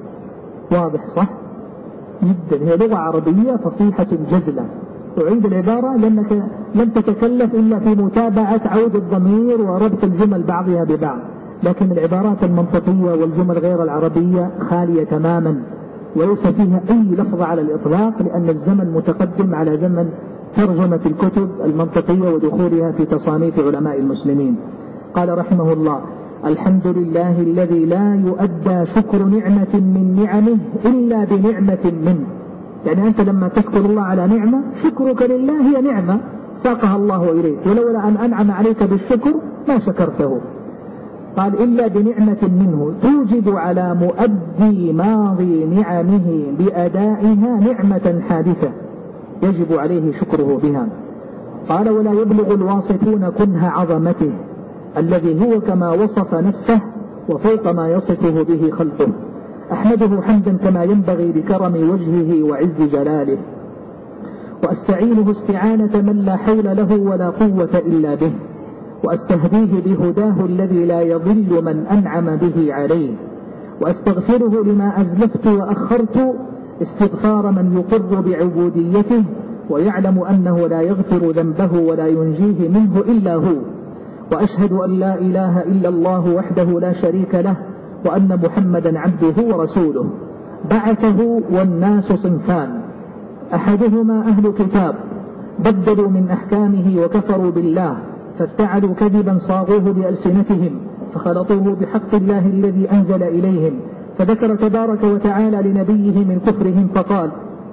واضح صح؟ جدا. هي لغة عربية فصيحة جزلة. أعيد العبارة لأنك لم تتكلف إلا في متابعة عود الضمير وربط الجمل بعضها ببعض، لكن العبارات المنطقية والجمل غير العربية خالية تماما وليس فيها أي لفظ على الإطلاق، لأن الزمن متقدم على زمن ترجمة الكتب المنطقية ودخولها في تصانيف علماء المسلمين. قال رحمه الله: الحمد لله الذي لا يؤدى شكر نعمة من نعمه إلا بنعمة منه. يعني أنت لما تشكر الله على نعمة، شكرك لله هي نعمة ساقها الله إليك، ولولا أن أنعم عليك بالشكر ما شكرته. قال: إلا بنعمة منه توجب على مؤدي ماضي نعمه بأدائها نعمة حادثة يجب عليه شكره بها. قال: ولا يبلغ الواصفون كنه عظمته الذي هو كما وصف نفسه وفوق ما يصفه به خلقه. أحمده حمدا كما ينبغي لكرم وجهه وعز جلاله، وأستعينه استعانة من لا حول له ولا قوة إلا به، وأستهديه بهداه الذي لا يضل من أنعم به عليه، وأستغفره لما أزلفت وأخرت استغفار من يقر بعبوديته ويعلم أنه لا يغفر ذنبه ولا ينجيه منه إلا هو. وأشهد أن لا إله إلا الله وحده لا شريك له، وأن محمدا عبده ورسوله بعثه والناس صنفان: أحدهما أهل كتاب بدلوا من أحكامه وكفروا بالله فافتعلوا كذبا صاغوه بألسنتهم فخلطوه بحق الله الذي أنزل إليهم، فذكر تبارك وتعالى لنبيه من كفرهم فقال: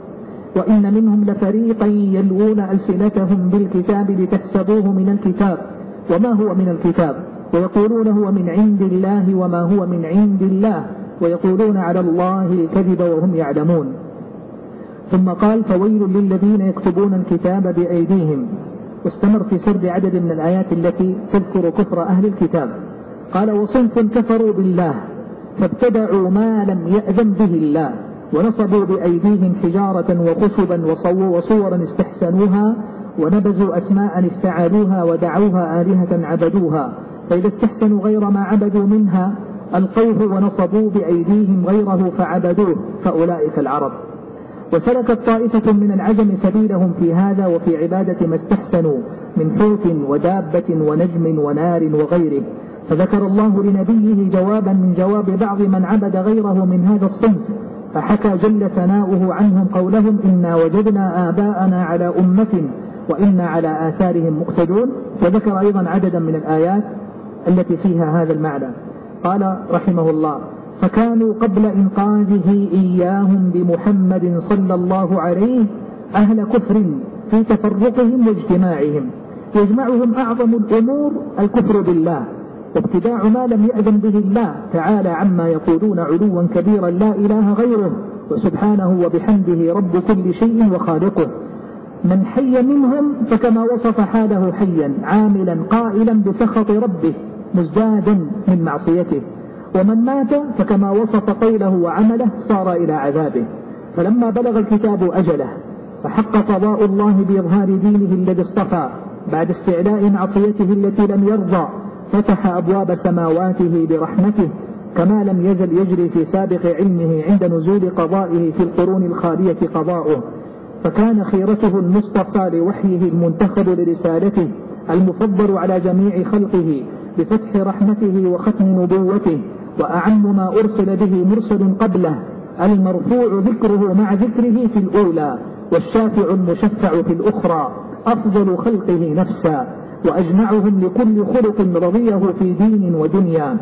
وإن منهم لفريقا يلوون ألسنتهم بالكتاب لتحسبوه من الكتاب وما هو من الكتاب، ويقولون هو من عند الله وما هو من عند الله، ويقولون على الله الكذب وهم يعلمون. ثم قال: فويل للذين يكتبون الكتاب بأيديهم. واستمر في سرد عدد من الآيات التي تذكر كفر أهل الكتاب. قال: وصنف كفروا بالله فابتدعوا ما لم يأذن به الله ونصبوا بأيديهم حجارة وخشبا وصورا استحسنوها، ونبذوا أسماء افتعلوها ودعوها آلهة عبدوها، فإذا استحسنوا غير ما عبدوا منها ألقوه ونصبوا بأيديهم غيره فعبدوه، فأولئك العرب. وسلكت طائفة من العجم سبيلهم في هذا وفي عبادة ما استحسنوا من حوت ودابة ونجم ونار وغيره، فذكر الله لنبيه جوابا من جواب بعض من عبد غيره من هذا الصنف، فحكى جل ثناؤه عنهم قولهم إنا وجدنا آباءنا على أمة وإنا على آثارهم مقتدون. وذكر أيضا عددا من الآيات التي فيها هذا المعنى. قال رحمه الله: فكانوا قبل إنقاذه إياهم بمحمد صلى الله عليه أهل كفر في تفرقهم واجتماعهم، يجمعهم أعظم الأمور الكفر بالله وابتداع ما لم يأذن به الله تعالى عما يقولون علوا كبيرا لا إله غيره، وسبحانه وبحمده رب كل شيء وخالقه. من حي منهم فكما وصف حاله حيا عاملا قائلا بسخط ربه مزدادا من معصيته، ومن مات فكما وصف قوله وعمله صار إلى عذابه. فلما بلغ الكتاب أجله فحق قضاء الله بإظهار دينه الذي اصطفى بعد استعلاء معصيته التي لم يرضى، فتح أبواب سماواته برحمته كما لم يزل يجري في سابق علمه عند نزول قضائه في القرون الخالية قضاؤه. فكان خيرته المصطفى لوحيه المنتخب لرسالته المفضل على جميع خلقه بفتح رحمته وختم نبوته، وأعم ما أرسل به مرسل قبله المرفوع ذكره مع ذكره في الأولى، والشافع المشفع في الأخرى، أفضل خلقه نفسا وأجمعهم لكل خلق رضيه في دين ودنيا،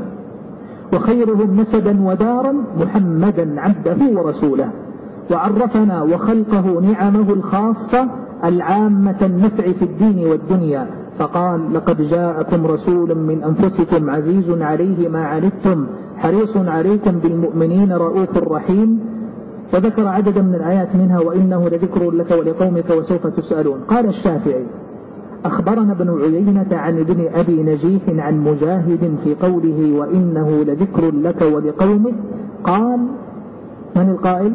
وخيرهم نسبا ودارا محمدا عبده ورسوله. وعرفنا وخلقه نعمه الخاصة العامة النفع في الدين والدنيا، فقال: لقد جاءكم رسول من أنفسكم عزيز عليه ما عنتم حريص عليكم بالمؤمنين رؤوف رحيم. وذكر عددا من الآيات منها: وإنه لذكر لك ولقومك وسوف تسألون. قال الشافعي: أخبرنا ابن عيينة عن ابن أبي نجيح عن مجاهد في قوله وإنه لذكر لك ولقومك، قال: من القائل؟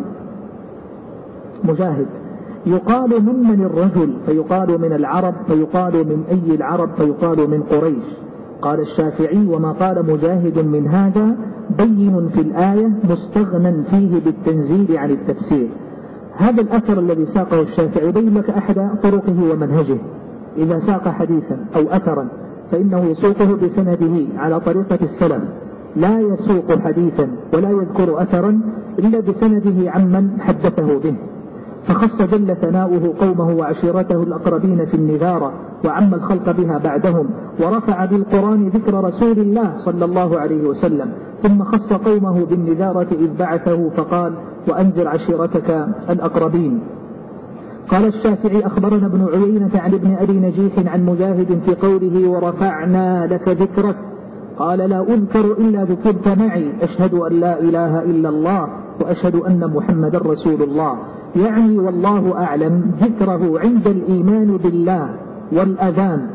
مجاهد. يقال ممن الرجل، فيقال من العرب، فيقال من أي العرب، فيقال من قريش. قال الشافعي: وما قال مجاهد من هذا بين في الآية مستغنى فيه بالتنزيل عن التفسير. هذا الأثر الذي ساقه الشافعي يبين لك أحد طرقه ومنهجه. إذا ساق حديثا أو أثرا فإنه يسوقه بسنده على طريقة السلف، لا يسوق حديثا ولا يذكر أثرا إلا بسنده عمن حدثه به. فخص جل ثناؤه قومه وعشيرته الأقربين في النذارة وعم الخلق بها بعدهم، ورفع بالقرآن ذكر رسول الله صلى الله عليه وسلم، ثم خص قومه بالنذارة إذ بعثه فقال: وأنذر عشيرتك الأقربين. قال الشافعي: أخبرنا ابن عيينة عن ابن أبي نجيح عن مجاهد في قوله ورفعنا لك ذكرك، قال: لا أذكر إلا ذكرت معي، أشهد أن لا إله إلا الله وأشهد أن محمد رسول الله. يعني والله أعلم ذكره عند الإيمان بالله والأذان،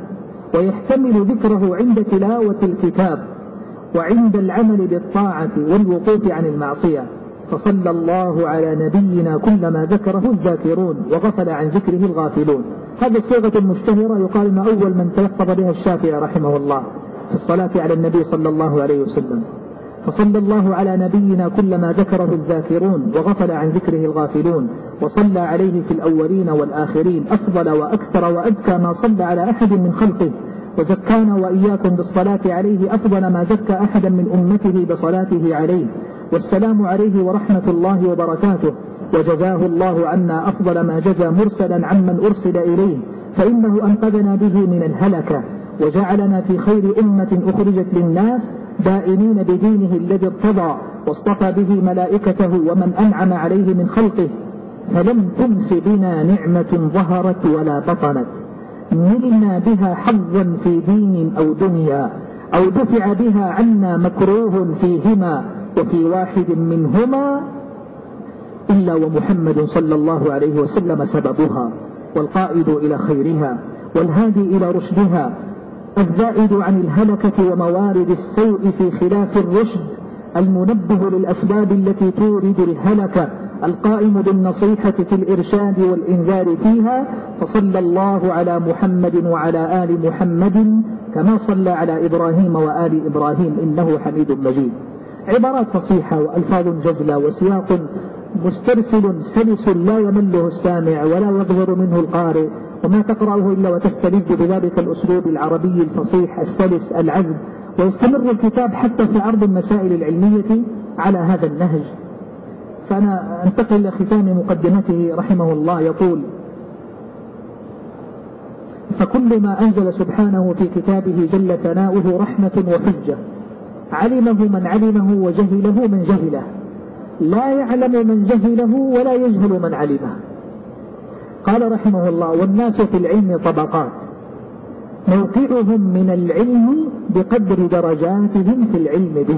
ويحتمل ذكره عند تلاوة الكتاب وعند العمل بالطاعة والوقوف عن المعصية. فصلى الله على نبينا كلما ذكره الذاكرون وغفل عن ذكره الغافلون. هذه الصيغة المشتهرة يقال أن أول من تلفظ بها الشافعي رحمه الله في الصلاة على النبي صلى الله عليه وسلم. فصلى الله على نبينا كلما ذكره الذاكرون وغفل عن ذكره الغافلون، وصلى عليه في الأولين والآخرين أفضل وأكثر وأزكى ما صلى على أحد من خلقه، وزكانا وإياكم بالصلاة عليه أفضل ما زكى أحدا من أمته بصلاته عليه. والسلام عليه ورحمة الله وبركاته، وجزاه الله عنا أفضل ما جزى مرسلا عمن أرسل إليه، فإنه أنقذنا به من الهلكة وجعلنا في خير أمة أخرجت للناس دائمين بدينه الذي ارتضى، واصطفى به ملائكته ومن أنعم عليه من خلقه، فلم تمس بنا نعمة ظهرت ولا بطنت نلنا بها حظا في دين أو دنيا، أو دفع بها عنا مكروه فيهما وفي واحد منهما إلا ومحمد صلى الله عليه وسلم سببها، والقائد إلى خيرها والهادي إلى رشدها، الزائد عن الهلكة وموارد السوء في خلاف الرشد، المنبه للأسباب التي تورد الهلكة القائم بالنصيحة في الإرشاد والإنذار فيها، فصلى الله على محمد وعلى آل محمد كما صلى على إبراهيم وآل إبراهيم إنه حميد مجيد. عبارات فصيحة وألفاظ جزلة وسياق مسترسل سلس لا يمله السامع ولا يغفر منه القارئ، وما تقرأه إلا وتستلذ بذلك الأسلوب العربي الفصيح السلس العذب. ويستمر الكتاب حتى في عرض المسائل العلمية على هذا النهج. فأنا أنتقل إلى ختام مقدمته رحمه الله، يقول: فكل ما أنزل سبحانه في كتابه جل ثناؤه رحمة وحجة، علمه من علمه وجهله من جهله، لا يعلم من جهله ولا يجهل من علمه. قال رحمه الله: والناس في العلم طبقات، موقعهم من العلم بقدر درجاتهم في العلم به،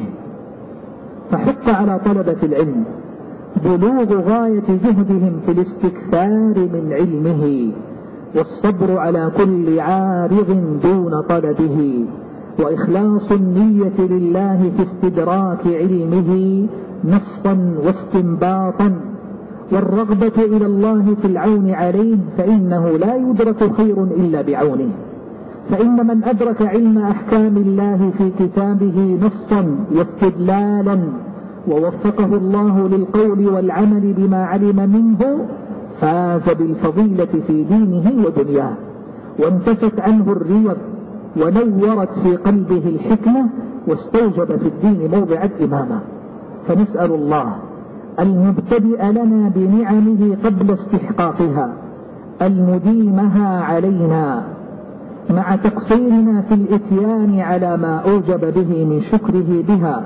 فحق على طلبة العلم بلوغ غاية جهدهم في الاستكثار من علمه، والصبر على كل عارض دون طلبه، وإخلاص النية لله في استدراك علمه نصا واستنباطا، والرغبة إلى الله في العون عليه، فإنه لا يدرك خير إلا بعونه. فإن من أدرك علم أحكام الله في كتابه نصا واستدلالا، ووفقه الله للقول والعمل بما علم منه، فاز بالفضيلة في دينه ودنياه، وانتفت عنه الريب، ونورت في قلبه الحكمة، واستوجب في الدين موضع الإمامة. فنسأل الله المبتدئ لنا بنعمه قبل استحقاقها، المديمها علينا مع تقصيرنا في الإتيان على ما أوجب به من شكره بها،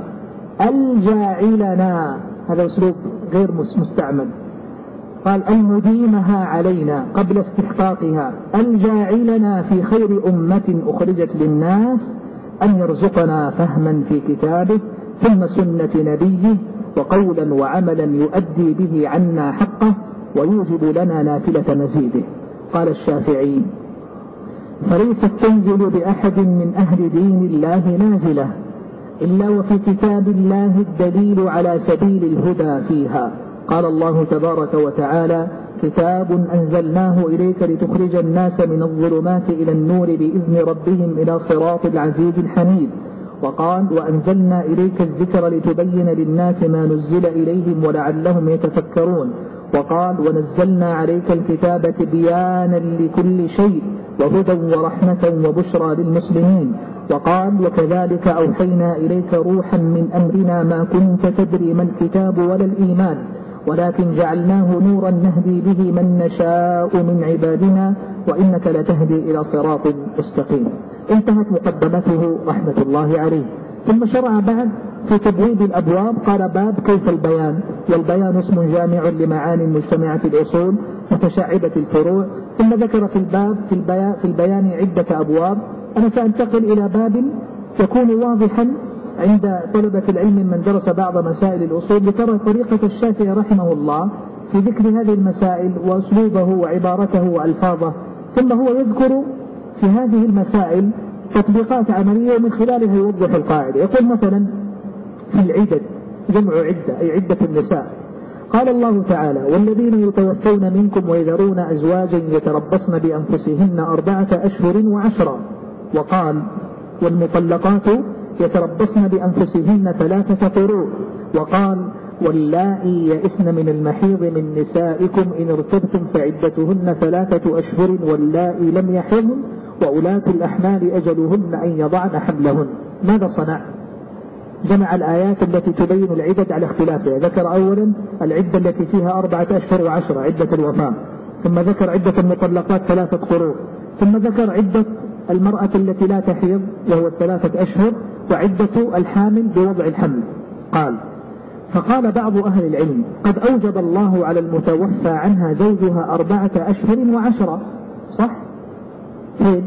الجاعلنا، هذا أسلوب غير مستعمل، قال المديمها علينا قبل استحقاقها، الجاعلنا في خير أمة أخرجت للناس، أن يرزقنا فهما في كتابه ثم سنة نبيه، وقولا وعملا يؤدي به عنا حقه، ويوجب لنا نافلة مزيده. قال الشافعي: فليست تنزل بأحد من أهل دين الله نازلة إلا وفي كتاب الله الدليل على سبيل الهدى فيها. قال الله تبارك وتعالى: كتاب أنزلناه إليك لتخرج الناس من الظلمات إلى النور بإذن ربهم إلى صراط العزيز الحميد. وقال: وأنزلنا إليك الذكر لتبين للناس ما نزل إليهم ولعلهم يتفكرون. وقال: ونزلنا عليك الكتاب تبيانا لكل شيء وهدى ورحمة وبشرى للمسلمين. وقال: وكذلك أوحينا إليك روحا من أمرنا ما كنت تدري ما الكتاب ولا الإيمان ولكن جعلناه نورا نهدي به من نشاء من عبادنا وإنك لتهدي إلى صراط مستقيم. انتهت مقدمته رحمة الله عليه. ثم شرع بعد في تبويب الأبواب، قال: باب كيف البيان، والبيان اسم جامع لمعاني مجتمعة الأصول متشعبة الفروع. ثم ذكر في الباب في البيان, في البيان عدة أبواب. أنا سأنتقل إلى باب يكون واضحا عند طلبة العلم من درس بعض مسائل الأصول، لترى طريقة الشافعي رحمه الله في ذكر هذه المسائل وأسلوبه وعبارته وألفاظه. ثم هو يذكر في هذه المسائل تطبيقات عملية ومن خلالها يوضح القاعدة. يقول مثلا في العدد، جمع عدة أي عدة النساء، قال الله تعالى: والذين يتوفون منكم ويذرون أزواجا يتربصن بأنفسهن أربعة أشهر وعشرا. وقال: والمطلقات يتربصن بأنفسهن ثلاثة قروء. وقال: واللائي يئسن من المحيض من نسائكم إن ارتبتم فعدتهن ثلاثة أشهر واللائي لم يحضن وأولاة الأحمال أجلهن أن يضعن حملهن. ماذا صنع؟ جمع الآيات التي تبين العدد على اختلافها. ذكر أولا العدة التي فيها أربعة أشهر وعشرة، عدة الوفاة. ثم ذكر عدة المطلقات ثلاثة قروء. ثم ذكر عدة المرأة التي لا تحيض وهو ثلاثة أشهر، وعدة الحامل بوضع الحمل. قال: فقال بعض أهل العلم: قد أوجب الله على المتوفى عنها زوجها أربعة أشهر وعشرة. صح؟ فين؟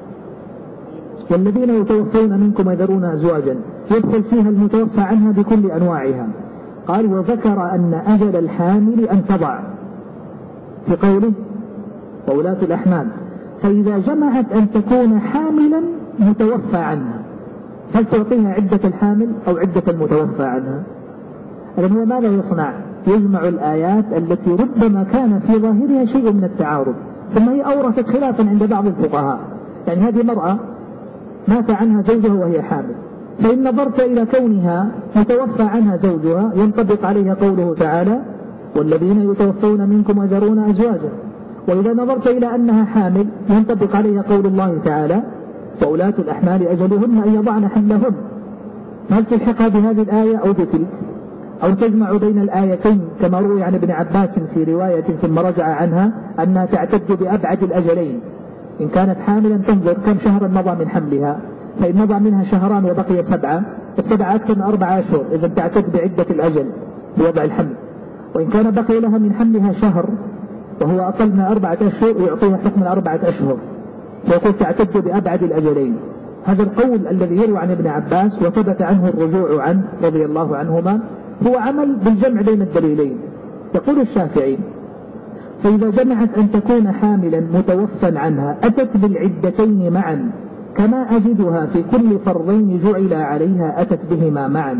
والذين يتوفون منكم ويذرون أزواجا، يدخل فيها المتوفى عنها بكل أنواعها. قال: وذكر أن أجل الحامل أن تضع في قوله وولاة الأحمال. فإذا جمعت أن تكون حاملا متوفى عنها، هل تعطيها عدة الحامل أو عدة المتوفى عنها؟ إذن هو ماذا يصنع؟ يجمع الآيات التي ربما كان في ظاهرها شيء من التعارض، ثم هي أورثت خلافا عند بعض الفقهاء. يعني هذه مرأة مات عنها زوجها وهي حامل، فإن نظرت إلى كونها متوفى عنها زوجها ينطبق عليها قوله تعالى والذين يتوفون منكم ويذرون أزواجا، وإذا نظرت إلى أنها حامل ينطبق عليها قول الله تعالى وأولاة الأحمال أجلهن أن يضعن حملهن. هل تلحقها بهذه الآية أو بتلك، أو تجمع بين الآيتين كما روي عن ابن عباس في رواية ثم رجع عنها أنها تعتد بأبعد الأجلين؟ إن كانت حاملا تنظر كم شهرا مضى من حملها، فإن مضى منها شهران وبقي سبعة، السبعة أكثر من أربعة أشهر، إذا تعتد بعدة الأجل بوضع الحمل. وإن كان بقي لها من حملها شهر وهو أقل من أربعة أشهر يعطيها حكم الأربعة أشهر، فيقول تعتد بأبعد الأجلين. هذا القول الذي يروى عن ابن عباس وثبت عنه الرجوع عنه رضي الله عنهما هو عمل بالجمع بين الدليلين. يقول الشافعي فإذا جمعت أن تكون حاملا متوفى عنها أتت بالعدتين معا كما أجدها في كل فرضين جعل عليها أتت بهما معا.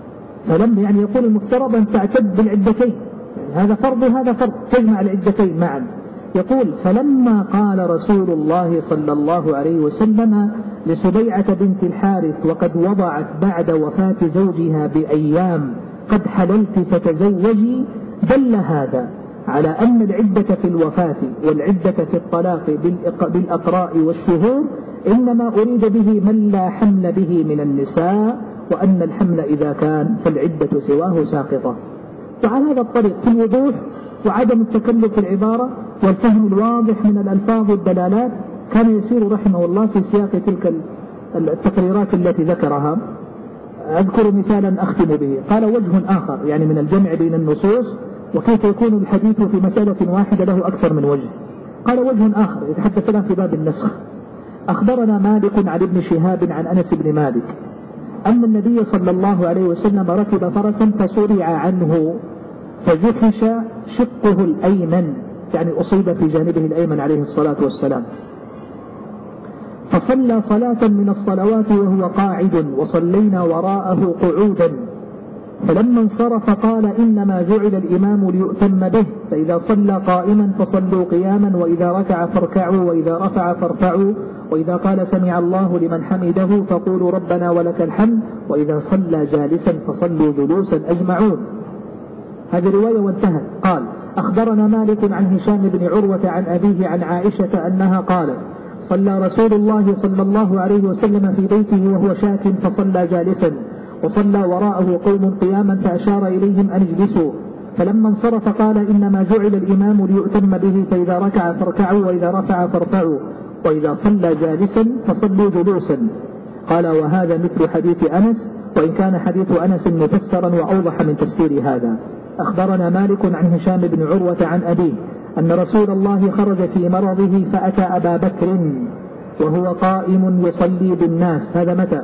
فلم يعني يقول المفترض أن تعتد بالعدتين، يعني هذا فرض وهذا فرض، تجمع العدتين معا. يقول فلما قال رسول الله صلى الله عليه وسلم لسبيعة بنت الحارث وقد وضعت بعد وفاة زوجها بأيام قد حللت فتزوجي، دل هذا على أن العدة في الوفاة والعدة في الطلاق بالأقراء والشهور إنما أريد به من لا حمل به من النساء، وأن الحمل إذا كان فالعدة سواه ساقطة. وعلى هذا الطريق في الوضوح وعدم التكلف في العبارة والفهم الواضح من الألفاظ والدلالات كان يسير رحمه الله في سياق تلك التقريرات التي ذكرها. أذكر مثالا أختم به. قال وجه آخر يعني من الجمع بين النصوص وكيف يكون الحديث في مسألة واحدة له أكثر من وجه. قال وجه آخر يتحدث لنا في باب النسخ. أخبرنا مالك عن ابن شهاب عن أنس بن مالك أن النبي صلى الله عليه وسلم ركب فرسا فسرع عنه فجحش شقه الأيمن، يعني أصيب في جانبه الأيمن عليه الصلاة والسلام، فصلى صلاة من الصلوات وهو قاعد وصلينا وراءه قعودا، فلما انصرف قال إنما جعل الإمام ليؤتم به، فإذا صلى قائما فصلوا قياما، وإذا ركع فاركعوا، وإذا رفع فارفعوا، وإذا قال سمع الله لمن حمده فقولوا ربنا ولك الحمد، وإذا صلى جالسا فصلوا جلوسا أجمعون. هذه رواية وانتهت. قال أخبرنا مالك عن هشام بن عروة عن أبيه عن عائشة أنها قالت صلى رسول الله صلى الله عليه وسلم في بيته وهو شاك فصلى جالسا، وصلى وراءه قوم قياما فأشار إليهم أن اجلسوا، فلما انصرف قال إنما جعل الإمام ليؤتم به، فإذا ركع فاركعوا، وإذا رفع فارفعوا، وإذا صلى جالسا فصلوا جلوسا. قال وهذا مثل حديث أنس، وإن كان حديث أنس مفسرا وأوضح من تفسير هذا. أخبرنا مالك عن هشام بن عروة عن أبيه أن رسول الله خرج في مرضه فأتى أبا بكر وهو قائم يصلي بالناس. هذا متى؟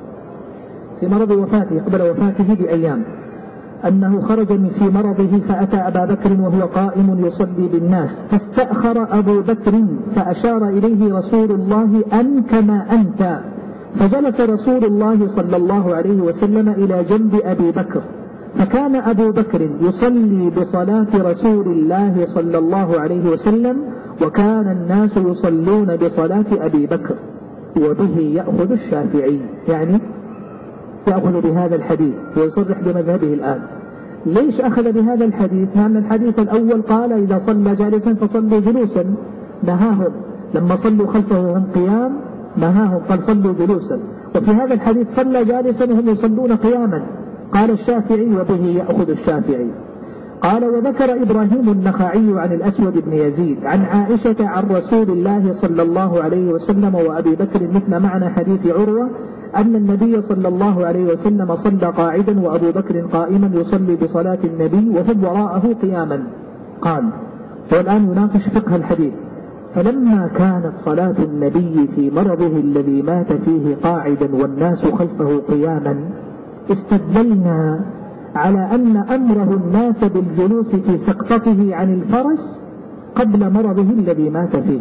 في مرض وفاته، قبل وفاته بأيام، أنه خرج في مرضه فأتى أبا بكر وهو قائم يصلي بالناس، فاستأخر أبو بكر فأشار إليه رسول الله أن كما أنت، فجلس رسول الله صلى الله عليه وسلم إلى جنب أبي بكر، فكان أبو بكر يصلي بصلاة رسول الله صلى الله عليه وسلم، وكان الناس يصلون بصلاة أبي بكر، وبه يأخذ الشافعي، يعني يأخذ بهذا الحديث ويصرح بمذهبه الآن. ليش أخذ بهذا الحديث؟ لأن الحديث الأول قال إذا صلى جالسا فصلوا جلوسا، نهاهم لما صلوا خلفه وهم قيام، نهاهم قال صلوا جلوسا، وفي هذا الحديث صلى جالسا وهم يصلون قياما. قال الشافعي وبه يأخذ الشافعي. قال وذكر إبراهيم النخعي عن الأسود بن يزيد عن عائشة عن رسول الله صلى الله عليه وسلم وأبي بكر مثل معنى حديث عروة أن النبي صلى الله عليه وسلم صلى قاعدا وأبو بكر قائما يصلي بصلاة النبي وهم وراءه قياما. قال والآن يناقش فقه الحديث. فلما كانت صلاة النبي في مرضه الذي مات فيه قاعدا والناس خلفه قياما استدللنا على أن أمره الناس بالجلوس في سقطته عن الفرس قبل مرضه الذي مات فيه،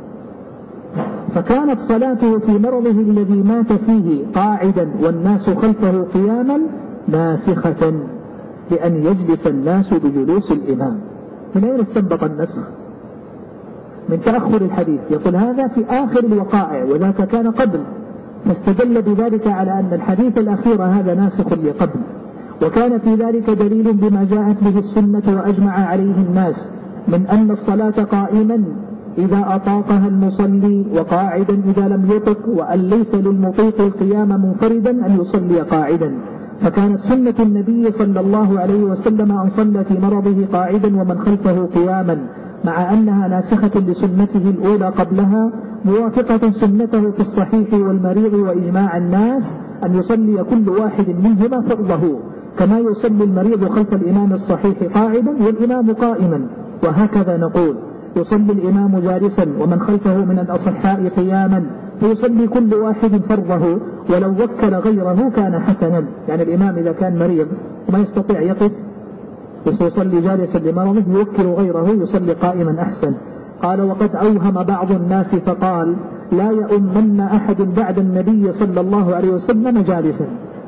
فكانت صلاته في مرضه الذي مات فيه قاعدا والناس خلفه قياما ناسخة بأن يجلس الناس بجلوس الإمام. من أين استنبط النسخ؟ من تأخر الحديث، يقول هذا في آخر الوقائع وذاك كان قبل، فاستدل بذلك على أن الحديث الأخير هذا ناسخ لقبل، وكان في ذلك دليل بما جاءت به السنة وأجمع عليه الناس من أن الصلاة قائما إذا أطاقها المصلي وقاعدا إذا لم يطق، وأن ليس للمطيق القيام منفردا أن يصلي قاعدا. فكانت سنة النبي صلى الله عليه وسلم أن صلى في مرضه قاعدا ومن خلفه قياما، مع أنها ناسخة لسنته الأولى قبلها، موافقة سنته في الصحيح والمريض وإجماع الناس أن يصلي كل واحد منهما فرضه، كما يصلي المريض خلف الإمام الصحيح قاعدا والإمام قائما. وهكذا نقول يصلي الإمام جالسا ومن خلفه من الأصحاء قياما، فيصلي كل واحد فرضه، ولو وكل غيره كان حسنا. يعني الإمام إذا كان مريض وما يستطيع يقف يصلي جالسا لمرضه، يوكل غيره يصلي قائما أحسن. قال وقد أوهم بعض الناس فقال لا يؤمن أحد بعد النبي صلى الله عليه وسلم جالسا،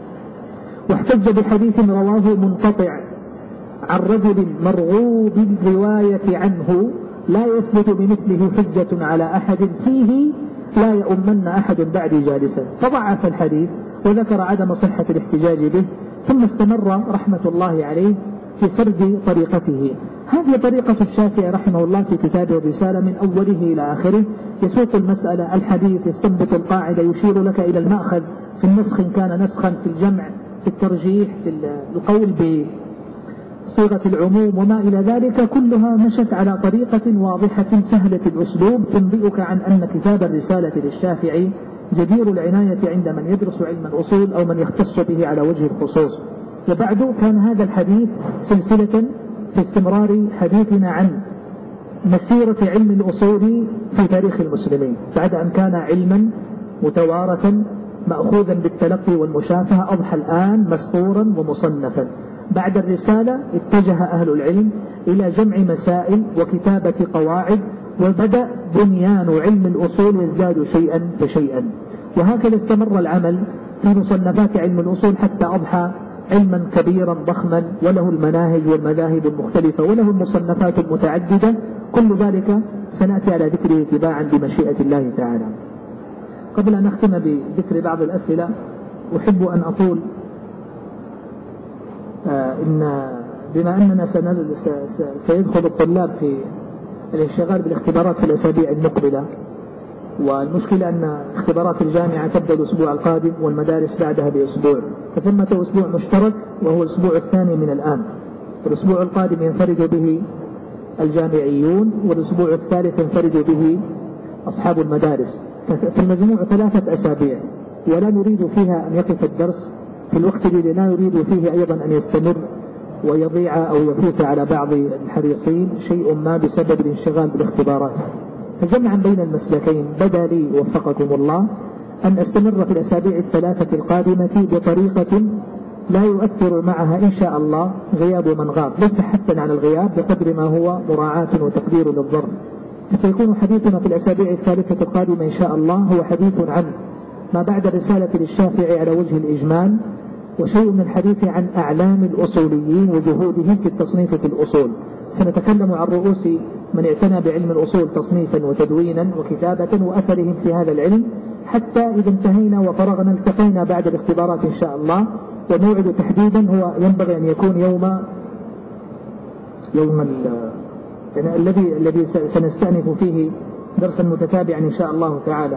واحتج بحديث رواه منقطع عن رجل مرغوب الرواية عنه لا يثبت بمثله حجة على أحد فيه لا يؤمن أحد بعد جالسا، فضعف الحديث وذكر عدم صحة الاحتجاج به، ثم استمر رحمة الله عليه في سرد طريقته. هذه طريقة الشافعي رحمه الله في كتابه الرسالة من أوله إلى آخره، يسوق المسألة الحديث، يستنبط القاعدة، يشير لك إلى المأخذ في النسخ إن كان نسخا، في الجمع، في الترجيح، في القول بصيغة العموم وما إلى ذلك، كلها مشت على طريقة واضحة سهلة الأسلوب تنبئك عن أن كتاب الرسالة للشافعي جدير العناية عند من يدرس علم الأصول أو من يختص به على وجه الخصوص. وبعد كان هذا الحديث سلسلة في استمرار حديثنا عن مسيرة علم الأصول في تاريخ المسلمين، بعد أن كان علما متوارثا مأخوذا بالتلقي والمشافهة، أضحى الآن مسطورا ومصنفا. بعد الرسالة اتجه أهل العلم إلى جمع مسائل وكتابة قواعد، وبدأ بنيان علم الأصول يزداد شيئا فشيئا، وهكذا استمر العمل في مصنفات علم الأصول حتى أضحى علما كبيرا ضخما، وله المناهج والمذاهب المختلفة، وله المصنفات المتعددة. كل ذلك سنأتي على ذكره تباعا بمشيئة الله تعالى. قبل أن نختم بذكر بعض الأسئلة، أحب أن أقول آه إن بما أننا سيدخل الطلاب في الانشغال بالاختبارات في الأسابيع المقبلة، والمشكلة أن اختبارات الجامعة تبدأ الأسبوع القادم والمدارس بعدها بأسبوع، فثمة أسبوع مشترك وهو الأسبوع الثاني من الآن. الأسبوع القادم ينفرد به الجامعيون، والأسبوع الثالث ينفرد به أصحاب المدارس، في المجموع ثلاثة أسابيع، ولا نريد فيها أن يقف الدرس في الوقت الذي لا يريد فيه أيضا أن يستمر ويضيع أو يفوت على بعض الحريصين شيء ما بسبب الانشغال بالاختبارات. فجمعا بين المسلكين بدا لي وفقكم الله أن أستمر في الأسابيع الثلاثة القادمة بطريقة لا يؤثر معها إن شاء الله غياب من غاب، ليس حتى عن الغياب بقدر ما هو مراعاة وتقدير للظرف. فسيكون حديثنا في الأسابيع الثالثة القادمة إن شاء الله هو حديث عن ما بعد الرسالة للشافعي على وجه الإجمال، وشيء من الحديث عن أعلام الأصوليين وجهودهم في التصنيف في الأصول. سنتكلم عن رؤوس من اعتنى بعلم الأصول تصنيفا وتدوينا وكتابة وأثرهم في هذا العلم، حتى إذا انتهينا وفرغنا التقينا بعد الاختبارات إن شاء الله. وموعد تحديدا هو ينبغي أن يكون يوم يوم يعني الذي الذي سنستأنف فيه درسا متتابعا إن شاء الله تعالى.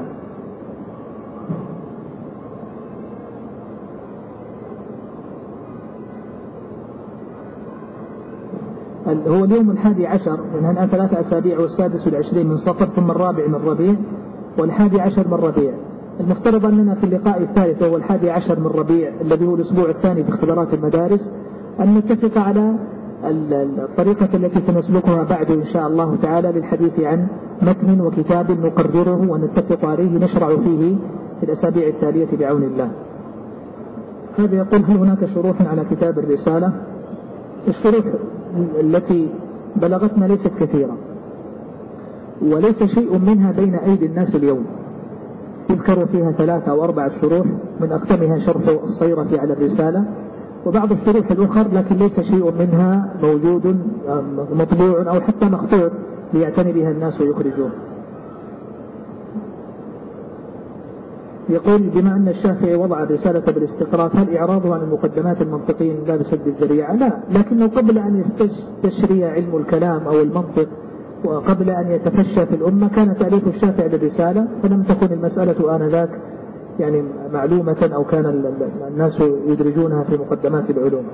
هو اليوم الحادي عشر من الآن ثلاثة أسابيع، والسادس والعشرين من صفر، ثم الرابع من ربيع، والحادي عشر من ربيع. المفترض أننا في اللقاء الثالث وهو الحادي عشر من ربيع الذي هو الأسبوع الثاني في اختبارات المدارس أن نتفق على الطريقة التي سنسلكها بعد إن شاء الله تعالى للحديث عن متن وكتاب نقرره ونتفق عليه نشرع فيه في الأسابيع التالية بعون الله. هذا يقول هل هناك شروح على كتاب الرسالة؟ الشروح التي بلغتنا ليست كثيرة، وليس شيء منها بين أيدي الناس اليوم. يذكر فيها ثلاثة أو أربعة شروح، من أقدمها شرح الصيرفي على الرسالة، وبعض الشروح الأخر لكن ليس شيء منها موجود مطبوع أو حتى مخطوط ليعتني بها الناس ويخرجوه. يقول بما أن الشافعي وضع الرسالة بالاستقراء هل إعراضه عن المقدمات المنطقية من باب سد الذريعة؟ لا، لكنه قبل أن يستشري علم الكلام أو المنطق وقبل أن يتفشى في الأمة كان تأليف الشافعي للرسالة، فلم تكن المسألة آنذاك يعني معلومة أو كان الناس يدرجونها في مقدمات العلوم.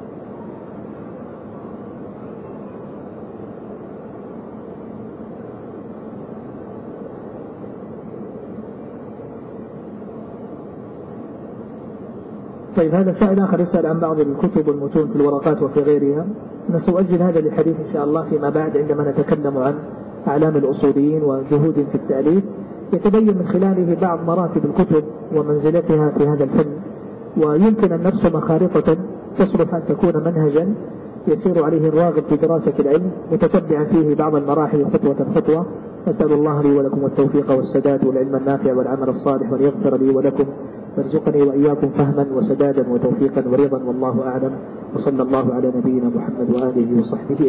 طيب هذا سائل آخر يسأل عن بعض الكتب والمتون في الورقات وفي غيرها. أنا سأؤجل هذا للحديث إن شاء الله فيما بعد عندما نتكلم عن أعلام الأصوليين وجهود في التأليف، يتبين من خلاله بعض مراتب الكتب ومنزلتها في هذا الفن، ويمكن أن نرسم خارطة تصلح أن تكون منهجا يسير عليه الراغب في دراسة العلم متتبعا فيه بعض المراحل خطوة خطوة. أسأل الله لي ولكم التوفيق والسداد والعلم النافع والعمل الصالح، وأن يغفر لي ولكم وارزقني وإياكم فهما وسدادا وتوفيقا ورضا، والله أعلم، وصلى الله على نبينا محمد وآله وصحبه.